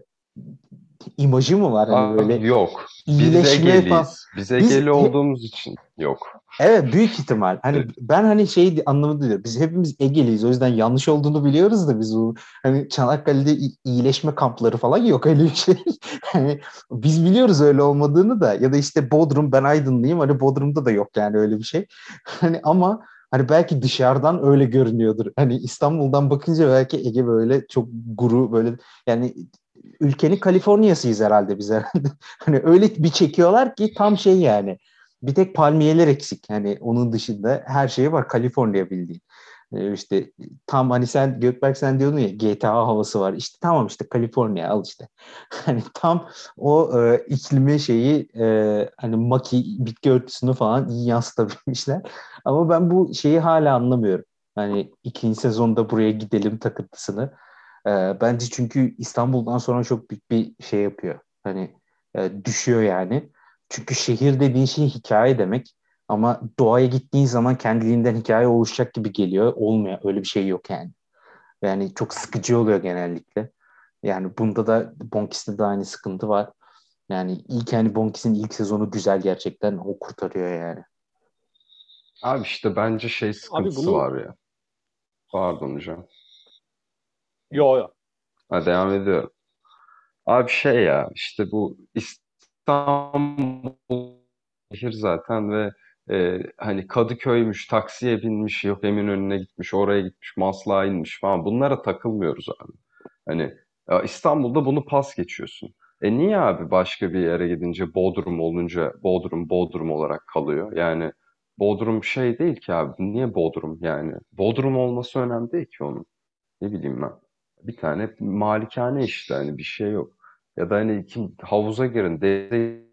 imajı mı var hani böyle Abi yok. Biz iyileşme falan. Egeliyiz. Biz Biz Egeli he- olduğumuz için yok. Evet, büyük ihtimal. Hani ben hani şey anlamında diyorum. Biz hepimiz Egeliyiz. O yüzden yanlış olduğunu biliyoruz da biz bu hani Çanakkale'de i- iyileşme kampları falan yok, öyle bir şey. Hani biz biliyoruz öyle olmadığını da, ya da işte Bodrum, ben Aydınlıyım, hani Bodrum'da da yok yani öyle bir şey. Hani ama hani belki dışarıdan öyle görünüyordur. Hani İstanbul'dan bakınca belki Ege böyle çok guru böyle, yani ülkenin Kaliforniya'sıyız herhalde biz herhalde. Hani öyle bir çekiyorlar ki tam şey yani. Bir tek palmiyeler eksik. Hani onun dışında her şey var. Kaliforniya bildiğin. Ee, işte tam hani sen Gökberk sen diyordun ya G T A havası var. İşte tamam işte Kaliforniya al işte. Hani tam o e, iklimi şeyi e, hani maki bitki örtüsünü falan iyi yansıtabilmişler. Ama ben bu şeyi hala anlamıyorum. Hani ikinci sezonda buraya gidelim takıntısını. E, bence çünkü İstanbul'dan sonra çok büyük bir şey yapıyor. Hani e, düşüyor yani. Çünkü şehir dediğin şey hikaye demek. Ama doğaya gittiğin zaman kendiliğinden hikaye oluşacak gibi geliyor. Olmuyor. Öyle bir şey yok yani. Yani çok sıkıcı oluyor genellikle. Yani bunda da Bonkis'te de aynı sıkıntı var. Yani ilk yani Bonkis'in ilk sezonu güzel gerçekten. O kurtarıyor yani. Abi işte bence şey Abi sıkıntısı bunu var ya. Pardon hocam. yo yo. Ha, devam ediyorum. Abi şey ya işte bu İstanbul şehir zaten ve e, hani Kadıköy'müş, taksiye binmiş, yok Eminönü'ne gitmiş, oraya gitmiş, Maslak'a inmiş falan. Bunlara takılmıyoruz abi. Hani ya İstanbul'da bunu pas geçiyorsun. E niye abi başka bir yere gidince Bodrum olunca Bodrum Bodrum olarak kalıyor? Yani Bodrum şey değil ki abi. Niye Bodrum yani? Bodrum olması önemli değil ki onun. Ne bileyim ben. Bir tane malikane işte hani bir şey yok. Ya da hani kim havuza girin denize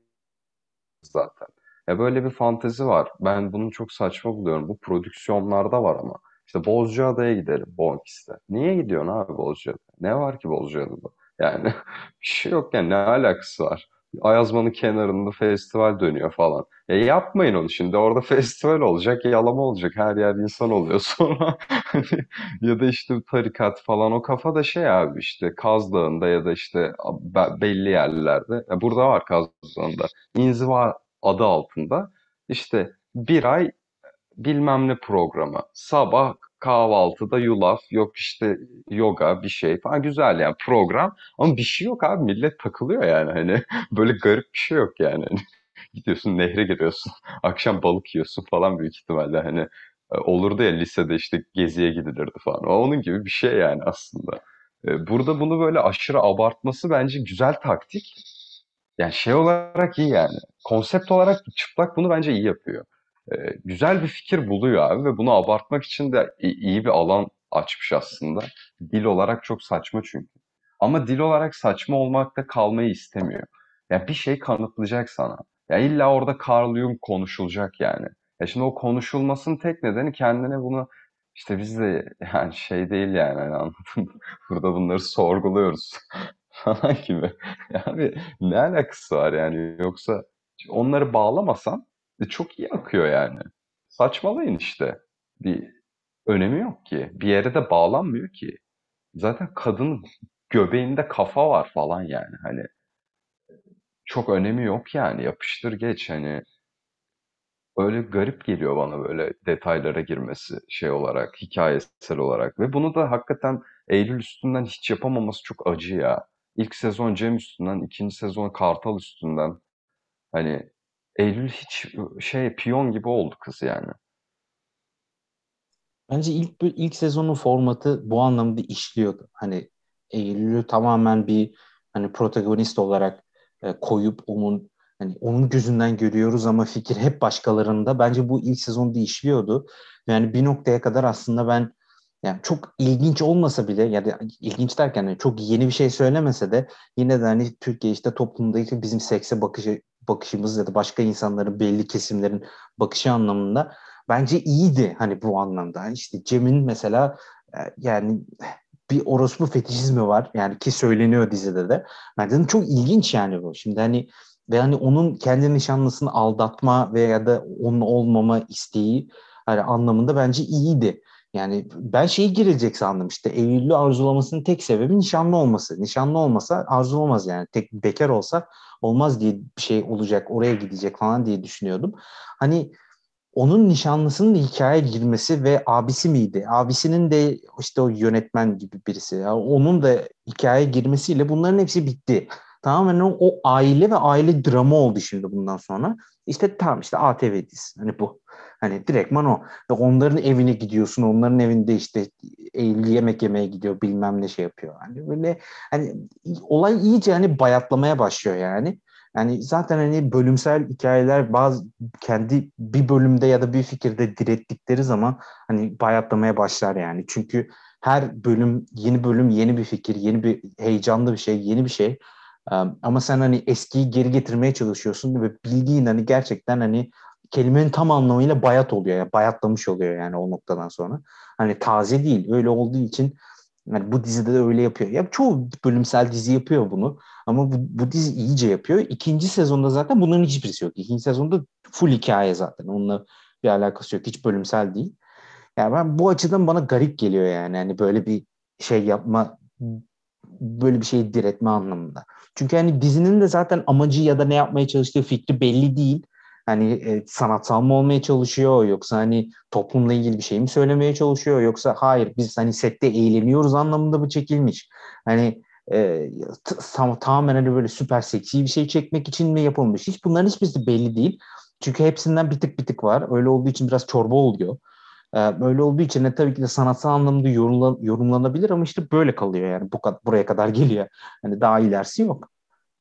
zaten. Ya böyle bir fantezi var. Ben bunu çok saçma buluyorum. Bu prodüksiyonlarda var ama. İşte Bozcaada'ya gidelim Bonkis'te. Niye gidiyorsun abi Bozcaada? Ne var ki Bozcaada'da? Yani bir şey yok yani ne alakası var? Ayazma'nın kenarında festival dönüyor falan. Ya yapmayın onu şimdi. Orada festival olacak, yalama olacak. Her yer insan oluyor sonra. Hani ya da işte tarikat falan o kafa da şey abi işte Kaz Dağı'nda ya da işte be- belli yerlerde. Ya burada var Kaz Dağı'nda. İnziva adı altında işte bir ay bilmem ne programı. Sabah kahvaltıda yulaf, yok işte yoga bir şey falan güzel yani program. Ama bir şey yok abi millet takılıyor yani hani böyle garip bir şey yok yani. Hani gidiyorsun nehre giriyorsun, akşam balık yiyorsun falan büyük ihtimalle hani e, olurdu ya lisede işte geziye gidilirdi falan. O onun gibi bir şey yani aslında. E, Burada bunu böyle aşırı abartması bence güzel taktik. Yani şey olarak iyi yani. Konsept olarak çıplak bunu bence iyi yapıyor. Ee, güzel bir fikir buluyor abi ve bunu abartmak için de i- iyi bir alan açmış aslında. Dil olarak çok saçma çünkü. Ama dil olarak saçma olmakta kalmayı istemiyor. Ya bir şey kanıtlayacak sana. Ya illa orada Carl Jung konuşulacak yani. Ya şimdi o konuşulmasının tek nedeni kendine bunu işte biz de yani şey değil yani hani anladın mı? Burada bunları sorguluyoruz falan gibi. Yani ne alakası var yani yoksa onları bağlamasan e, çok iyi akıyor yani. Saçmalayın işte. Bir önemi yok ki. Bir yere de bağlanmıyor ki. Zaten kadının göbeğinde kafa var falan yani. Hani çok önemi yok yani. Yapıştır geç hani. Öyle garip geliyor bana böyle detaylara girmesi şey olarak, hikayesel olarak. Ve bunu da hakikaten Eylül üstünden hiç yapamaması çok acı ya. İlk sezon Cem üstünden, ikinci sezon Kartal üstünden. Hani Eylül hiç şey piyon gibi oldu kız yani. Bence ilk ilk sezonun formatı bu anlamda işliyordu. Hani Eylül'ü tamamen bir hani protagonist olarak e, koyup onun hani onun gözünden görüyoruz ama fikir hep başkalarında. Bence bu ilk sezonda işliyordu. Yani bir noktaya kadar aslında ben yani çok ilginç olmasa bile yani ilginç derken hani çok yeni bir şey söylemese de yine de hani Türkiye işte toplumdaki bizim sekse bakışı bakışımız ya da başka insanların belli kesimlerin bakışı anlamında bence iyiydi hani bu anlamda. İşte Cem'in mesela e, yani bir orospu fetişizmi var. Yani ki söyleniyor dizide de. Bence de çok ilginç yani bu. Şimdi hani ve hani onun kendi nişanlısını aldatma veya da onun olmama isteği hani anlamında bence iyiydi. Yani ben şeyi girilecek sandım işte Eylül'ü arzulamasının tek sebebi nişanlı olması. Nişanlı olmasa arzulamaz yani. Tek bekar olsa olmaz diye bir şey olacak, oraya gidecek falan diye düşünüyordum. Hani onun nişanlısının da hikayeye girmesi ve abisi miydi? Abisinin de işte o yönetmen gibi birisi. Yani onun da hikayeye girmesiyle bunların hepsi bitti. Tamamen o, o aile ve aile dramı oldu şimdi bundan sonra. İşte tamam işte A T V dizisi. Hani bu. Hani direktman o. Ve onların evine gidiyorsun. Onların evinde işte Eylül yemek yemeye gidiyor. Bilmem ne şey yapıyor. Hani böyle hani olay iyice hani bayatlamaya başlıyor yani. Yani zaten hani bölümsel hikayeler bazı kendi bir bölümde ya da bir fikirde direttikleri zaman hani bayatlamaya başlar yani. Çünkü her bölüm yeni bölüm yeni bir fikir, yeni bir heyecanlı bir şey, yeni bir şey. Um, ama sen hani eskiyi geri getirmeye çalışıyorsun ve bildiğin hani gerçekten hani kelimenin tam anlamıyla bayat oluyor ya, bayatlamış oluyor yani o noktadan sonra. Hani taze değil. Öyle olduğu için yani bu dizide de öyle yapıyor. Ya çoğu bölümsel dizi yapıyor bunu. Ama bu, bu dizi iyice yapıyor. İkinci sezonda zaten bunların hiçbirisi yok. İkinci sezonda full hikaye zaten. Onunla bir alakası yok. Hiç bölümsel değil. Yani ben bu açıdan bana garip geliyor yani. Hani böyle bir şey yapma, böyle bir şeyi diretme anlamında. Çünkü hani dizinin de zaten amacı ya da ne yapmaya çalıştığı fikri belli değil. Hani e, sanatsal mı olmaya çalışıyor yoksa hani toplumla ilgili bir şey mi söylemeye çalışıyor yoksa hayır biz hani sette eğleniyoruz anlamında mı çekilmiş? Hani e, t- tam- tamamen hani böyle süper seksi bir şey çekmek için mi yapılmış? Hiç bunların hiçbirisi belli değil. Çünkü hepsinden bir tık bir tık var. Öyle olduğu için biraz çorba oluyor. Ee, Böyle olduğu için de tabii ki de sanatsal anlamda yorumla- yorumlanabilir ama işte böyle kalıyor yani bu kadar, buraya kadar geliyor. Hani daha ilerisi yok.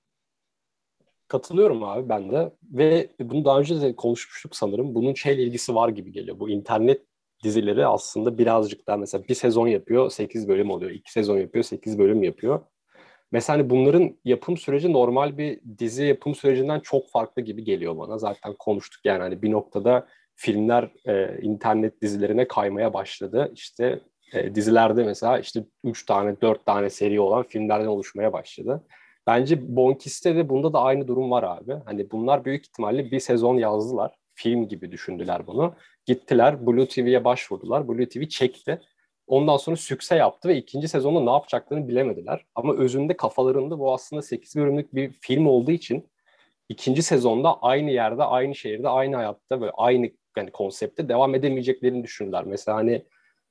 Katılıyorum abi ben de ve bunu daha önce de konuşmuştuk sanırım. Bunun şeyle ilgisi var gibi geliyor. Bu internet dizileri aslında birazcık daha mesela bir sezon yapıyor sekiz bölüm oluyor. İki sezon yapıyor sekiz bölüm yapıyor. Mesela hani bunların yapım süreci normal bir dizi yapım sürecinden çok farklı gibi geliyor bana. Zaten konuştuk yani hani bir noktada filmler e, internet dizilerine kaymaya başladı. İşte e, dizilerde mesela işte üç tane dört tane seri olan filmlerden oluşmaya başladı. Bence Bonkis'te de bunda da aynı durum var abi. Hani bunlar büyük ihtimalle bir sezon yazdılar. Film gibi düşündüler bunu. Gittiler Blue T V'ye başvurdular. Blue T V çekti. Ondan sonra sükse yaptı ve ikinci sezonda ne yapacaklarını bilemediler. Ama özünde kafalarında bu aslında sekiz bölümlük bir film olduğu için ikinci sezonda aynı yerde, aynı şehirde, aynı hayatta böyle aynı yani konsepte devam edemeyeceklerini düşündüler. Mesela hani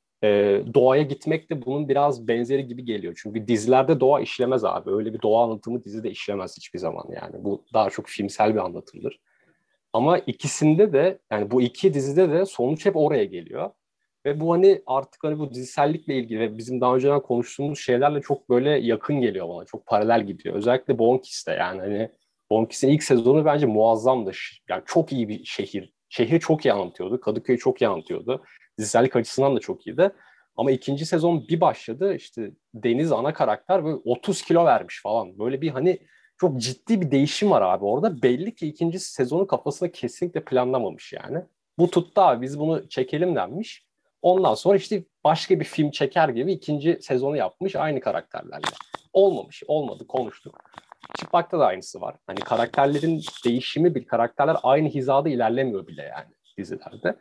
e, doğaya gitmek de bunun biraz benzeri gibi geliyor. Çünkü dizilerde doğa işlemez abi. Öyle bir doğa anlatımı dizide işlemez hiçbir zaman yani. Bu daha çok filmsel bir anlatımdır. Ama ikisinde de yani bu iki dizide de sonuç hep oraya geliyor. Ve bu hani artık hani bu dizisellikle ilgili ve bizim daha önceden konuştuğumuz şeylerle çok böyle yakın geliyor bana. Çok paralel gidiyor. Özellikle Bonkis'te yani hani Bonkis'in ilk sezonu bence muazzamdı. Yani çok iyi bir şehir. Şehri çok iyi anlatıyordu. Kadıköy'ü çok iyi anlatıyordu. Dizisellik açısından da çok iyiydi. Ama ikinci sezon bir başladı işte Deniz ana karakter böyle otuz kilo vermiş falan. Böyle bir hani çok ciddi bir değişim var abi orada. Belli ki ikinci sezonu kafasında kesinlikle planlamamış yani. Bu tuttu abi biz bunu çekelim denmiş. Ondan sonra işte başka bir film çeker gibi ikinci sezonu yapmış aynı karakterlerle. Olmamış, olmadı konuştuk. Çıplakta da aynısı var. Hani karakterlerin değişimi bir karakterler aynı hizada ilerlemiyor bile yani dizilerde.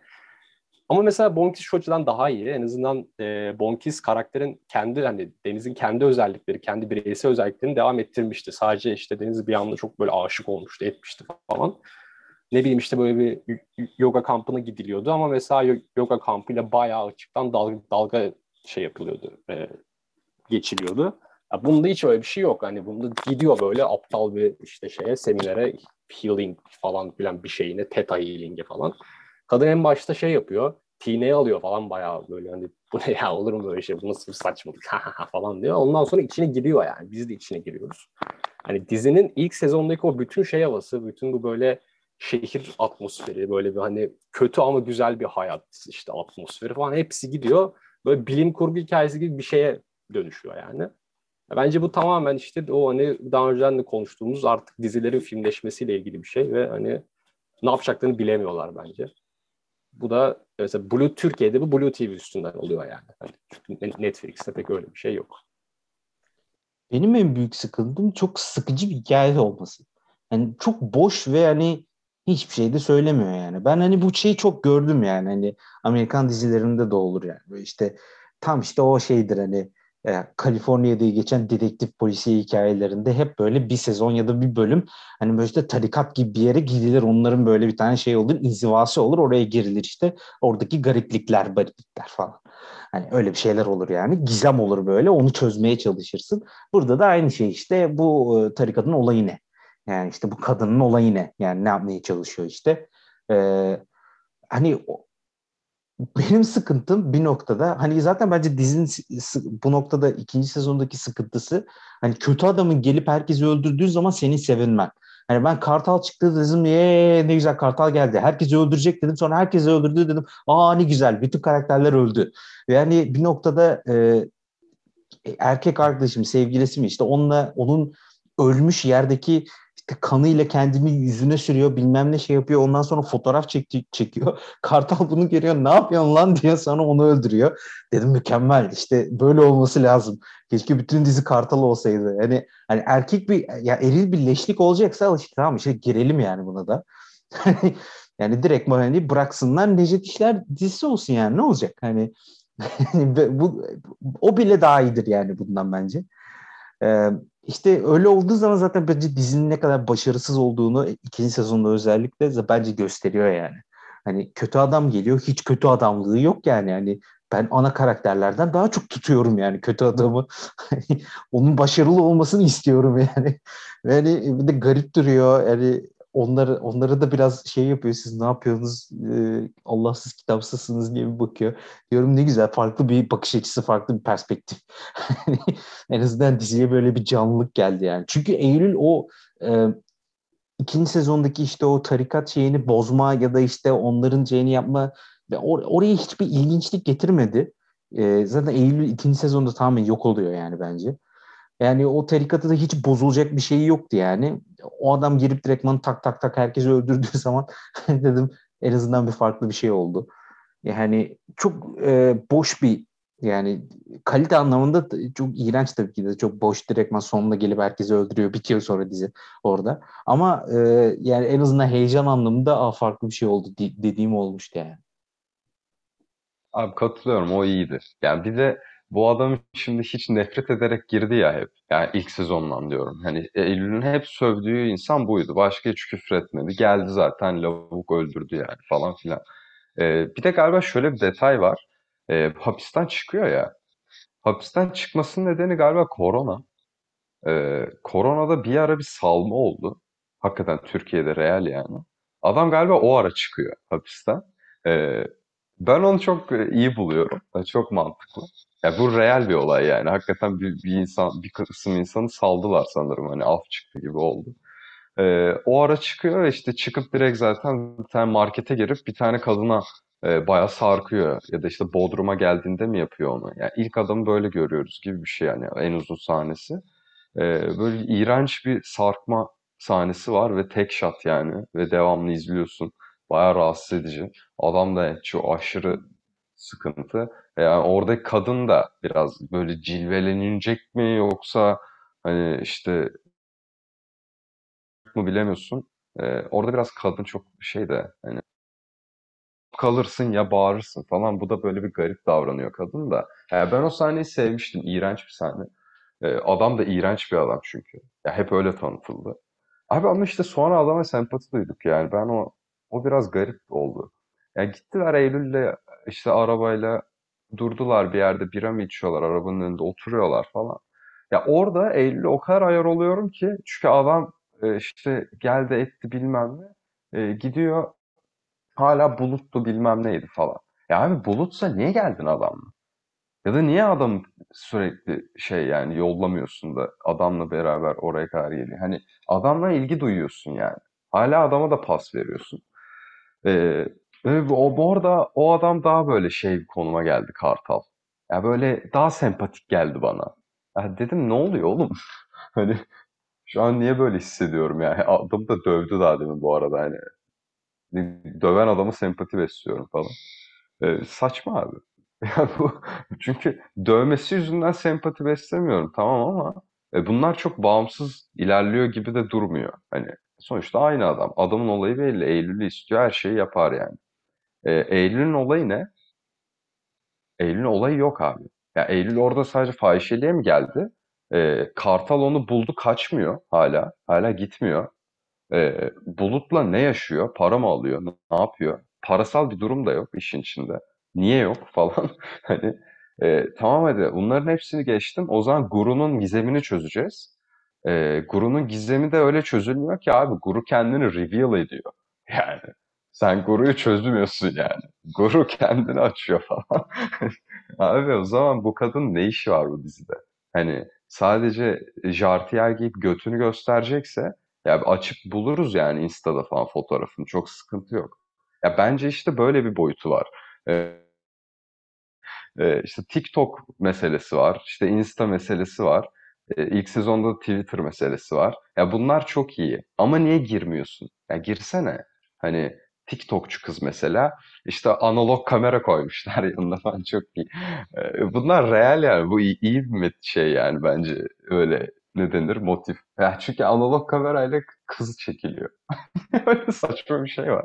Ama mesela Bonkis şu açıdan daha iyi. En azından e, Bonkis karakterin kendi hani Deniz'in kendi özellikleri, kendi bireysel özelliklerini devam ettirmişti. Sadece işte Deniz bir anda çok böyle aşık olmuştu, etmişti falan. Ne bileyim işte böyle bir yoga kampına gidiliyordu ama mesela yoga kampıyla bayağı açıktan dalga, dalga şey yapılıyordu, e, geçiliyordu. Ya bunda hiç öyle bir şey yok. Hani bunda gidiyor böyle aptal bir işte şeye, seminere healing falan filan bir şeyine, theta healing'e falan. Kadın en başta şey yapıyor. Tineyi alıyor falan bayağı böyle hani bu ne ya olur mu böyle şey bu nasıl bir saçmalık falan diyor. Ondan sonra içine giriyor yani. Biz de içine giriyoruz. Hani dizinin ilk sezondaki o bütün şey havası, bütün bu böyle şehir atmosferi, böyle bir hani kötü ama güzel bir hayat işte atmosferi falan hepsi gidiyor. Böyle bilim kurgu hikayesi gibi bir şeye dönüşüyor yani. Bence bu tamamen işte o hani daha önceden de konuştuğumuz artık dizilerin filmleşmesiyle ilgili bir şey ve hani ne yapacaklarını bilemiyorlar bence. Bu da mesela Blue Türkiye'de bu Blue T V üstünden oluyor yani. Hani çünkü Netflix'te pek öyle bir şey yok. Benim en büyük sıkıntım çok sıkıcı bir hikaye olması. Yani çok boş ve hani hiçbir şey de söylemiyor yani. Ben hani bu şeyi çok gördüm yani hani Amerikan dizilerinde de olur yani. Böyle işte tam işte o şeydir hani e, Kaliforniya'da geçen dedektif polisiye hikayelerinde hep böyle bir sezon ya da bir bölüm hani böyle işte tarikat gibi bir yere gidilir. Onların böyle bir tane şey olur, inzivası olur. Oraya girilir işte. Oradaki gariplikler, gariplikler falan. Hani öyle bir şeyler olur yani. Gizem olur böyle. Onu çözmeye çalışırsın. Burada da aynı şey işte bu e, tarikatın olayı ne? Yani işte bu kadının olayı ne? Yani ne yapmaya çalışıyor işte? Ee, Hani benim sıkıntım bir noktada, hani zaten bence dizinin sı- sı- bu noktada ikinci sezondaki sıkıntısı, hani kötü adamın gelip herkesi öldürdüğü zaman seni sevinmen. Hani ben Kartal çıktı dedim, ye ne güzel Kartal geldi. Herkesi öldürecek dedim. Sonra herkesi öldürdü dedim. Aa ne güzel. Bütün karakterler öldü. Yani bir noktada e, erkek arkadaşım, sevgilisi mi işte, onunla onun ölmüş yerdeki işte kanıyla kendini yüzüne sürüyor, bilmem ne şey yapıyor. Ondan sonra fotoğraf çek çekiyor. Kartal bunu görüyor. Ne yapıyorsun lan diyor, sonra onu öldürüyor. Dedim mükemmel. İşte böyle olması lazım. Keşke bütün dizi Kartal olsaydı. Yani hani erkek bir, ya eril bir leşlik olacaksa işte tamam, işte girelim yani buna da. Yani direkt hani bıraksınlar, Necdet İşler dizisi olsun yani, ne olacak? Hani bu, o bile daha iyidir yani bundan bence. Ee, işte öyle olduğu zaman zaten bence dizinin ne kadar başarısız olduğunu ikinci sezonda özellikle bence gösteriyor yani. Hani kötü adam geliyor, hiç kötü adamlığı yok yani. Yani ben ana karakterlerden daha çok tutuyorum yani kötü adamı. Hani onun başarılı olmasını istiyorum yani. Yani bir de garip duruyor. Yani onları onları da biraz şey yapıyor. Siz ne yapıyorsunuz? Ee, Allahsız kitapsızsınız diye bir bakıyor. Diyorum ne güzel, farklı bir bakış açısı, farklı bir perspektif. En azından diziye böyle bir canlılık geldi yani. Çünkü Eylül o e, ikinci sezondaki işte o tarikat şeyini bozma ya da işte onların şeyini yapma ve or- oraya hiçbir ilginçlik getirmedi. E, zaten Eylül ikinci sezonda tamamen yok oluyor yani bence. Yani o tarikatı da hiç bozulacak bir şeyi yoktu yani. O adam girip direktman tak tak tak herkesi öldürdüğü zaman dedim en azından bir farklı bir şey oldu. Yani çok e, boş bir, yani kalite anlamında da çok iğrenç tabii ki de. Çok boş, direktman sonunda gelip herkesi öldürüyor. Bitiyor sonra dizi orada. Ama e, yani en azından heyecan anlamında aa, farklı bir şey oldu de- dediğim olmuştu yani. Abi katılıyorum, o iyiydi. Yani bir de bu adam şimdi hiç nefret ederek girdi ya hep. Yani ilk sezondan diyorum. Hani Eylül'ün hep sövdüğü insan buydu. Başka hiç küfür etmedi. Geldi zaten lavuk öldürdü yani falan filan. Ee, bir de galiba şöyle bir detay var. Ee, hapisten çıkıyor ya. Hapisten çıkmasının nedeni galiba korona. Ee, koronada bir ara bir salma oldu. Hakikaten Türkiye'de real yani. Adam galiba o ara çıkıyor hapisten. Ee, Ben onu çok e, iyi buluyorum. E, Çok mantıklı. Ya bu real bir olay yani. Hakikaten bir, bir insan, bir kısım insanı saldılar sanırım. Hani af çıktı gibi oldu. Ee, o ara çıkıyor ve işte çıkıp direkt zaten bir tane markete girip bir tane kadına e, bayağı sarkıyor. Ya da işte Bodrum'a geldiğinde mi yapıyor onu? Yani ilk adamı böyle görüyoruz gibi bir şey yani, en uzun sahnesi. Ee, böyle iğrenç bir sarkma sahnesi var ve tek shot yani, ve devamlı izliyorsun. Bayağı rahatsız edici. Adam da çok aşırı sıkıntı. Yani oradaki kadın da biraz böyle cilvelenilecek mi, yoksa hani işte mı bilemiyorsun. Ee, orada biraz kadın çok şey de hani, kalırsın ya bağırırsın falan. Bu da böyle bir garip davranıyor kadın da. Yani ben o sahneyi sevmiştim. İğrenç bir sahne. Ee, adam da iğrenç bir adam çünkü. Ya hep öyle tanıtıldı. Abi ama işte sonra adama sempati duyduk yani. Ben o o biraz garip oldu. Ya gittiler Eylül'le işte arabayla, durdular bir yerde, bira mı içiyorlar, arabanın önünde oturuyorlar falan. Ya orada Eylül'e o kadar ayar oluyorum ki, çünkü adam e, işte geldi etti bilmem ne. E, gidiyor, hala buluttu bilmem neydi falan. Ya abi bulutsa niye geldin adamla? Ya da niye adam sürekli şey yani yollamıyorsun da adamla beraber oraya kadar geliyor? Hani adamla ilgi duyuyorsun yani. Hala adama da pas veriyorsun. Ee, ve bu- o, bu arada o adam daha böyle şey bir konuma geldi, Kartal. Ya böyle daha sempatik geldi bana. Ya dedim ne oluyor oğlum? Hani şu an niye böyle hissediyorum yani? Adamı da dövdü daha demin bu arada hani. Döven adamı sempati besliyorum falan. Ee, saçma abi. Ya bu, çünkü dövmesi yüzünden sempati beslemiyorum tamam, ama e, bunlar çok bağımsız ilerliyor gibi de durmuyor. Hani sonuçta aynı adam. Adamın olayı belli. Eylül'ü istiyor, her şeyi yapar yani. E, Eylül'ün olayı ne? Eylül'ün olayı yok abi. Ya Eylül orada sadece fahişeliğe mi geldi? E, Kartal onu buldu, kaçmıyor hala. Hala gitmiyor. Ee, Bulut'la ne yaşıyor? Para mı alıyor? Ne ne yapıyor? Parasal bir durum da yok işin içinde. Niye yok falan. Hani e, tamam hadi bunların hepsini geçtim. O zaman Guru'nun gizemini çözeceğiz. Ee, Guru'nun gizemi de öyle çözülmüyor ki abi. Guru kendini reveal ediyor. Yani Sen Guru'yu çözmüyorsun yani. Guru kendini açıyor falan. Abi o zaman bu kadın ne işi var bu dizide? Hani sadece jartiyer giyip götünü gösterecekse ya açıp buluruz yani Insta'da falan fotoğrafını. Çok sıkıntı yok. Ya bence işte böyle bir boyutu var. Ee, e, işte TikTok meselesi var. İşte Insta meselesi var. Ee, ilk sezonda Twitter meselesi var. Ya bunlar çok iyi. Ama niye girmiyorsun? Ya girsene. Hani TikTokçu kız mesela işte analog kamera koymuşlar yanına falan çok iyi. Ee, bunlar real yani. Bu iyi, iyi bir met- şey yani bence öyle ne denir motif. Ya çünkü analog kamerayla kız çekiliyor. Öyle saçma bir şey var.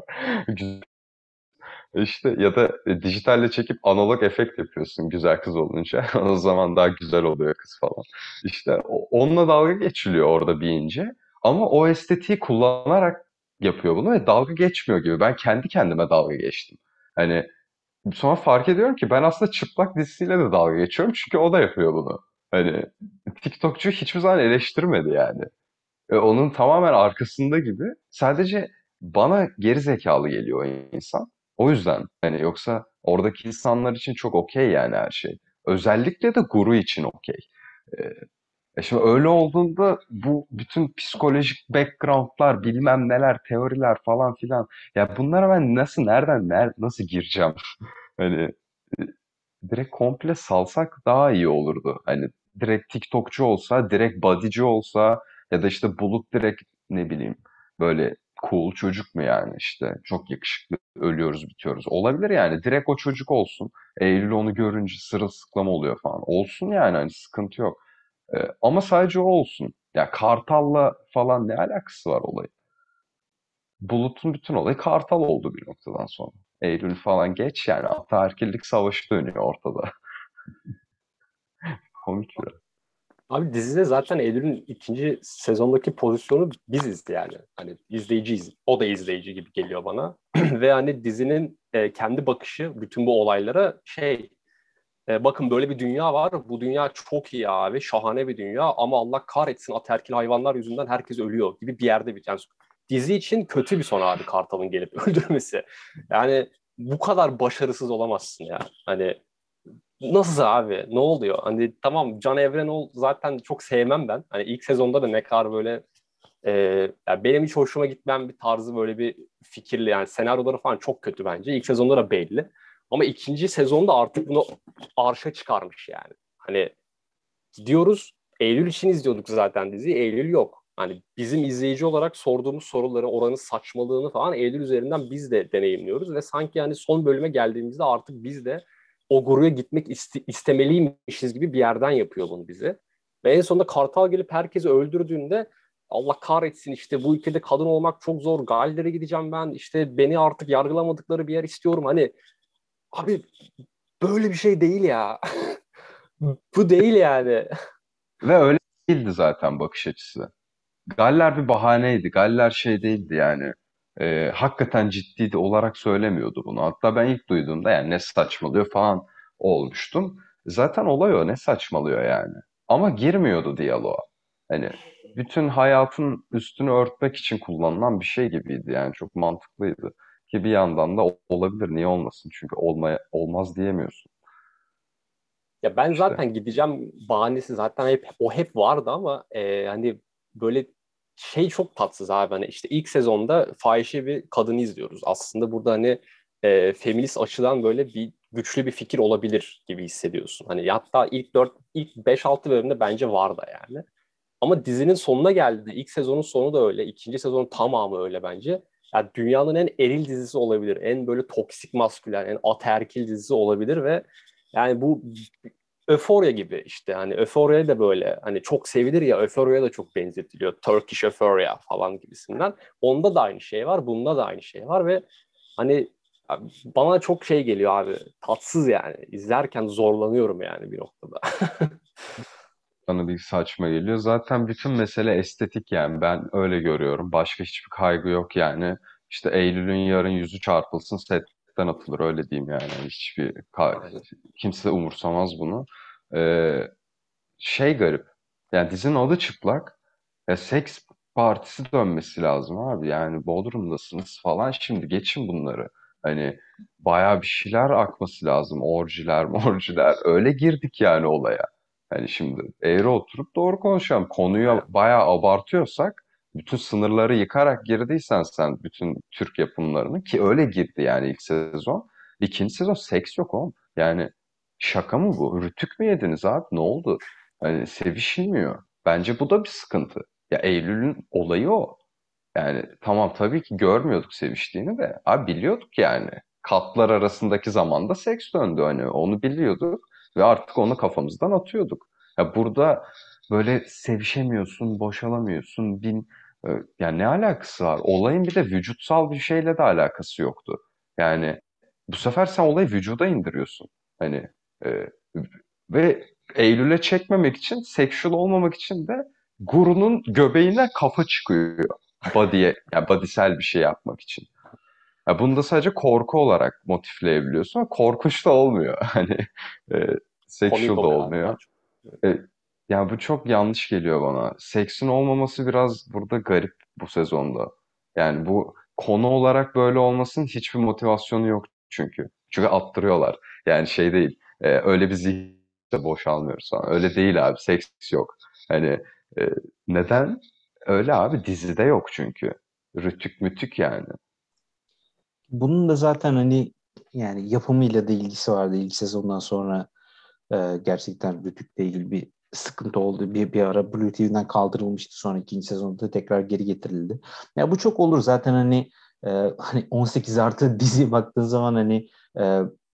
İşte ya da e, dijitalle çekip analog efekt yapıyorsun güzel kız olunca. O zaman daha güzel oluyor kız falan. İşte o- onunla dalga geçiliyor orada bir ince. Ama o estetiği kullanarak yapıyor bunu ve dalga geçmiyor gibi. Ben kendi kendime dalga geçtim. Hani sonra fark ediyorum ki ben aslında çıplak dizisiyle de dalga geçiyorum. Çünkü o da yapıyor bunu. Hani TikTokçu hiçbir zaman eleştirmedi yani. E, onun tamamen arkasında gibi. Sadece bana geri zekalı geliyor o insan. O yüzden hani yoksa oradaki insanlar için çok okey yani her şey. Özellikle de Guru için okey. E, e şimdi öyle olduğunda bu bütün psikolojik background'lar, bilmem neler, teoriler falan filan. Ya bunlara ben nasıl, nereden, ner nasıl gireceğim? Hani e, direkt komple salsak daha iyi olurdu. Hani direkt TikTokçu olsa, direkt bodyci olsa ya da işte Bulut direkt ne bileyim böyle cool çocuk mu yani işte çok yakışıklı ölüyoruz bitiyoruz. Olabilir yani direkt o çocuk olsun. Eylül onu görünce sırılsıklam oluyor falan. Olsun yani hani sıkıntı yok. Ee, ama sadece o olsun. Ya Kartal'la falan ne alakası var olayın? Bulut'un bütün olayı Kartal oldu bir noktadan sonra. Eylül falan geç yani ataerkillik savaşı dönüyor ortada. Komik biraz. Abi dizide zaten Eylül'ün ikinci sezondaki pozisyonu biziz yani. Hani izleyiciyiz. O da izleyici gibi geliyor bana. Ve hani dizinin e, kendi bakışı bütün bu olaylara şey e, bakın böyle bir dünya var. Bu dünya çok iyi abi. Şahane bir dünya ama Allah kahretsin ataerkil hayvanlar yüzünden herkes ölüyor gibi bir yerde bir yani dizi için kötü bir son abi Kartal'ın gelip öldürmesi. Yani bu kadar başarısız olamazsın ya. Hani nasıl abi? Ne oluyor? Hani tamam Can Evrenol zaten çok sevmem ben. Hani ilk sezonda da ne kadar böyle e, yani benim hiç hoşuma gitmeyen bir tarzı böyle bir fikirli yani senaryoları falan çok kötü bence. İlk sezonda da belli. Ama ikinci sezonda artık bunu arşa çıkarmış yani. Hani diyoruz Eylül için izliyorduk zaten diziyi. Eylül yok. Hani bizim izleyici olarak sorduğumuz soruları, oranın saçmalığını falan Eylül üzerinden biz de deneyimliyoruz ve sanki yani son bölüme geldiğimizde artık biz de o guruya gitmek iste- istemeliymişiz gibi bir yerden yapıyor bunu bize. Ve en sonunda Kartal gelip herkesi öldürdüğünde Allah kahretsin işte bu ülkede kadın olmak çok zor. Galler'e gideceğim ben. İşte beni artık yargılamadıkları bir yer istiyorum. Hani abi böyle bir şey değil ya. Bu değil yani. Ve öyle değildi zaten bakış açısı. Galler bir bahaneydi. Galler şey değildi yani. Ee, hakikaten ciddi olarak söylemiyordu bunu. Hatta ben ilk duyduğumda yani ne saçmalıyor falan olmuştum. Zaten olay o ne saçmalıyor yani. Ama girmiyordu diyaloğa. Hani bütün hayatın üstünü örtmek için kullanılan bir şey gibiydi yani çok mantıklıydı. Ki bir yandan da olabilir niye olmasın çünkü olmaya, olmaz diyemiyorsun. Ya ben İşte zaten gideceğim bahanesi zaten hep o hep vardı ama e, hani böyle şey çok tatsız abi hani işte ilk sezonda fahişe bir kadını izliyoruz. Aslında burada hani e, feminist açıdan böyle bir güçlü bir fikir olabilir gibi hissediyorsun. Hani hatta ilk dört ilk beş altı bölümde bence vardı yani. Ama dizinin sonuna geldi. İlk sezonun sonu da öyle. İkinci sezonun tamamı öyle bence. Yani dünyanın en eril dizisi olabilir. En böyle toksik maskülen, en ataerkil dizisi olabilir ve yani bu Euphoria gibi işte hani Euphoria da böyle hani çok sevilir ya Euphoria'ya da çok benzetiliyor. Turkish Euphoria falan gibisinden. Onda da aynı şey var, bunda da aynı şey var ve hani abi, bana çok şey geliyor abi. Tatsız yani. İzlerken zorlanıyorum yani bir noktada. bana bir saçma geliyor. Zaten bütün mesele estetik yani ben öyle görüyorum. Başka hiçbir kaygı yok yani. İşte Eylül'ün yarın yüzü çarpılsın setten atılır öyle diyeyim yani. Hiçbir ka- Aynen. kimse umursamaz bunu. Ee, şey garip. Yani dizinin adı çıplak. Ya seks partisi dönmesi lazım abi. Yani Bodrum'dasınız falan, şimdi geçin bunları. Hani bayağı bir şeyler akması lazım. Orjiler, morjiler. Öyle girdik yani olaya. Hani şimdi eğri oturup doğru konuşalım. Konuyu Aynen. bayağı abartıyorsak, bütün sınırları yıkarak girdiysen sen bütün Türk yapımlarını, ki öyle girdi yani ilk sezon. İkinci sezon seks yok oğlum. Yani şaka mı bu? Rütük mü yediniz abi? Ne oldu? Hani sevişilmiyor. Bence bu da bir sıkıntı. Ya Eylül'ün olayı o. Yani tamam, tabii ki görmüyorduk seviştiğini de. Abi biliyorduk yani. Katlar arasındaki zamanda seks döndü, hani onu biliyorduk ve artık onu kafamızdan atıyorduk. Ya burada böyle sevişemiyorsun, boşalamıyorsun, bin e, yani ne alakası var? Olayın bir de vücutsal bir şeyle de alakası yoktu. Yani bu sefer sen olayı vücuda indiriyorsun. Hani e, ve Eylül'e çekmemek için, sexual olmamak için de Guru'nun göbeğinden kafa çıkıyor. Body'ye, yani bodysel bir şey yapmak için. Ya bunu da sadece korku olarak motifleyebiliyorsun ama korkunç da olmuyor. Hani e, Komik sexual da oluyor abi daha olmuyor. çok. E, yani bu çok yanlış geliyor bana. Seksin olmaması biraz burada garip bu sezonda. Yani bu konu olarak böyle olmasının hiçbir motivasyonu yok çünkü. Çünkü attırıyorlar. Yani şey değil. E, öyle bir zihniyle boşalmıyoruz falan. Öyle değil abi. Seks yok. Hani e, neden? Öyle abi. Dizide yok çünkü. Rütük mütük yani. Bunun da zaten hani yani yapımıyla da ilgisi vardı. İlk sezondan sonra e, gerçekten Rütük'le ilgili bir sıkıntı oldu. Bir, bir ara Blue T V'den kaldırılmıştı. Sonra ikinci sezonda tekrar geri getirildi. Ya bu çok olur zaten hani e, hani on sekiz artı dizi baktığın zaman hani e,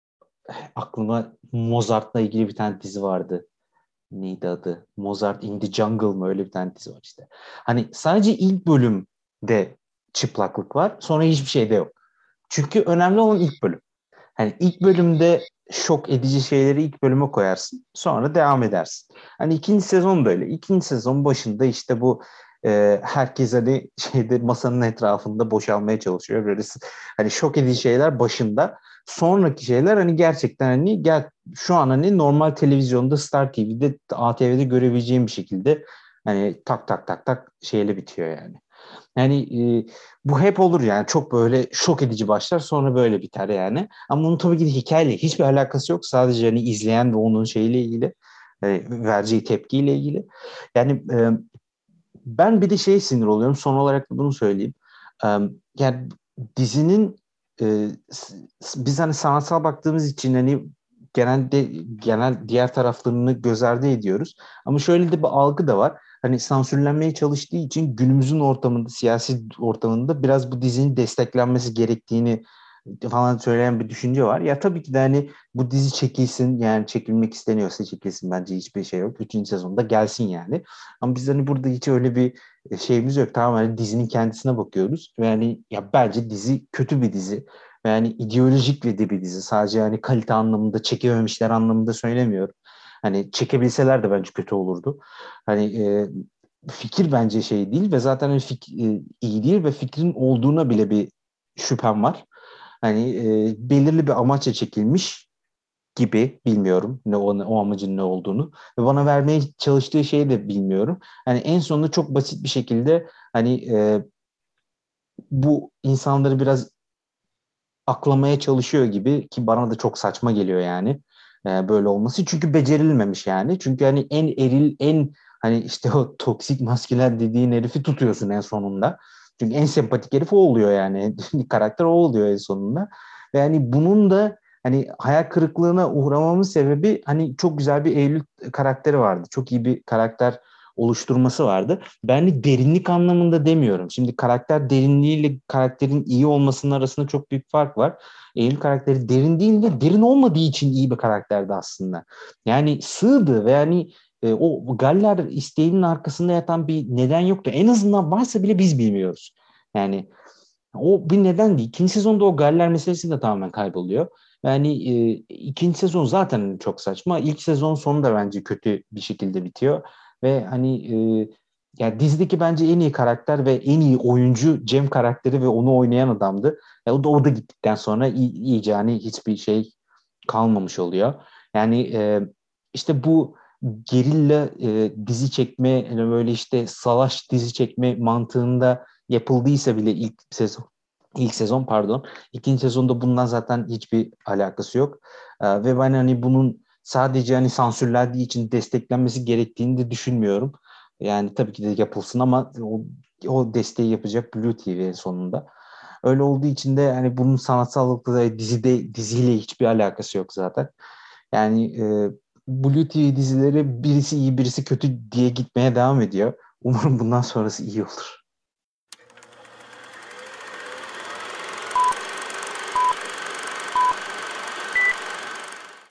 aklıma Mozart'la ilgili bir tane dizi vardı. Neydi adı? Mozart in the Jungle mı? Öyle bir tane dizi var işte. Hani sadece ilk bölümde çıplaklık var. Sonra hiçbir şeyde yok. Çünkü önemli olan ilk bölüm. Hani ilk bölümde şok edici şeyleri ilk bölüme koyarsın. Sonra devam edersin. Hani ikinci sezon böyle. İkinci sezon başında işte bu e, herkes hani şeyde masanın etrafında boşalmaya çalışıyor. Böyle hani şok edici şeyler başında. Sonraki şeyler hani gerçekten hani gel şu an hani normal televizyonda Star T V'de A T V'de görebileceğim bir şekilde hani tak tak tak tak şeyle bitiyor yani. Yani e, bu hep olur yani çok böyle şok edici başlar sonra böyle biter yani. Ama bunun tabii ki de hikayeyle hiçbir alakası yok. Sadece hani izleyen ve onun şeyiyle ilgili e, vereceği tepkiyle ilgili. Yani e, ben bir de şey sinir oluyorum. Son olarak da bunu söyleyeyim. E, yani dizinin e, s- biz hani sanatsal baktığımız için hani genelde genel diğer taraflarını göz ardı ediyoruz. Ama şöyle de bir algı da var. Hani sansürlenmeye çalıştığı için günümüzün ortamında, siyasi ortamında biraz bu dizinin desteklenmesi gerektiğini falan söyleyen bir düşünce var. Ya tabii ki de hani bu dizi çekilsin yani çekilmek isteniyorsa çekilsin bence hiçbir şey yok. Üçüncü sezonda gelsin yani. Ama biz hani burada hiç öyle bir e, şeyimiz yok. Tamamen hani dizinin kendisine bakıyoruz. Ve yani ya bence dizi kötü bir dizi. Ve yani ideolojik ve de bir dizi. Sadece hani kalite anlamında çekememişler anlamında söylemiyorum. Hani çekebilseler de bence kötü olurdu. Hani e, fikir bence şey değil ve zaten hani fik- e, iyi değil ve fikrin olduğuna bile bir şüphem var. Hani e, belirli bir amaçla çekilmiş gibi bilmiyorum ne o, o amacın ne olduğunu ve bana vermeye çalıştığı şeyi de bilmiyorum. Hani en sonunda çok basit bir şekilde hani e, bu insanları biraz aklamaya çalışıyor gibi ki bana da çok saçma geliyor yani e, böyle olması. Çünkü becerilmemiş yani. Çünkü hani en eril en hani işte o toksik maskülen dediğin herifi tutuyorsun en sonunda. Çünkü en sempatik herif o oluyor yani. Karakter o oluyor en sonunda. Ve hani bunun da hani hayal kırıklığına uğramamın sebebi hani çok güzel bir Eylül karakteri vardı. Çok iyi bir karakter oluşturması vardı. Ben de derinlik anlamında demiyorum. Şimdi karakter derinliğiyle karakterin iyi olmasının arasında çok büyük fark var. Eylül karakteri derin değil de derin olmadığı için iyi bir karakterdi aslında. Yani sığdı ve yani e, o Galler isteğinin arkasında yatan bir neden yoktu. En azından varsa bile biz bilmiyoruz. Yani o bir neden değil. İkinci sezonda o Galler meselesi de tamamen kayboluyor. Yani e, ikinci sezon zaten çok saçma. İlk sezon sonu da bence kötü bir şekilde bitiyor. Ve hani e, ya dizideki bence en iyi karakter ve en iyi oyuncu Cem karakteri ve onu oynayan adamdı. Ya o da o da gittikten sonra i- iyice hani hiçbir şey kalmamış oluyor. Yani e, işte bu gerilla e, dizi çekme, yani böyle işte savaş dizi çekme mantığında yapıldıysa bile ilk sezon ilk sezon pardon ikinci sezonda bundan zaten hiçbir alakası yok. E, ve ben hani bunun sadece hani sansürlendiği için desteklenmesi gerektiğini de düşünmüyorum. Yani tabii ki de yapılsın ama o, o desteği yapacak Blue T V sonunda. Öyle olduğu için de hani bunun sanatsallıkla da dizide diziyle hiçbir alakası yok zaten. Yani e, Blue T V dizileri birisi iyi birisi kötü diye gitmeye devam ediyor. Umarım bundan sonrası iyi olur.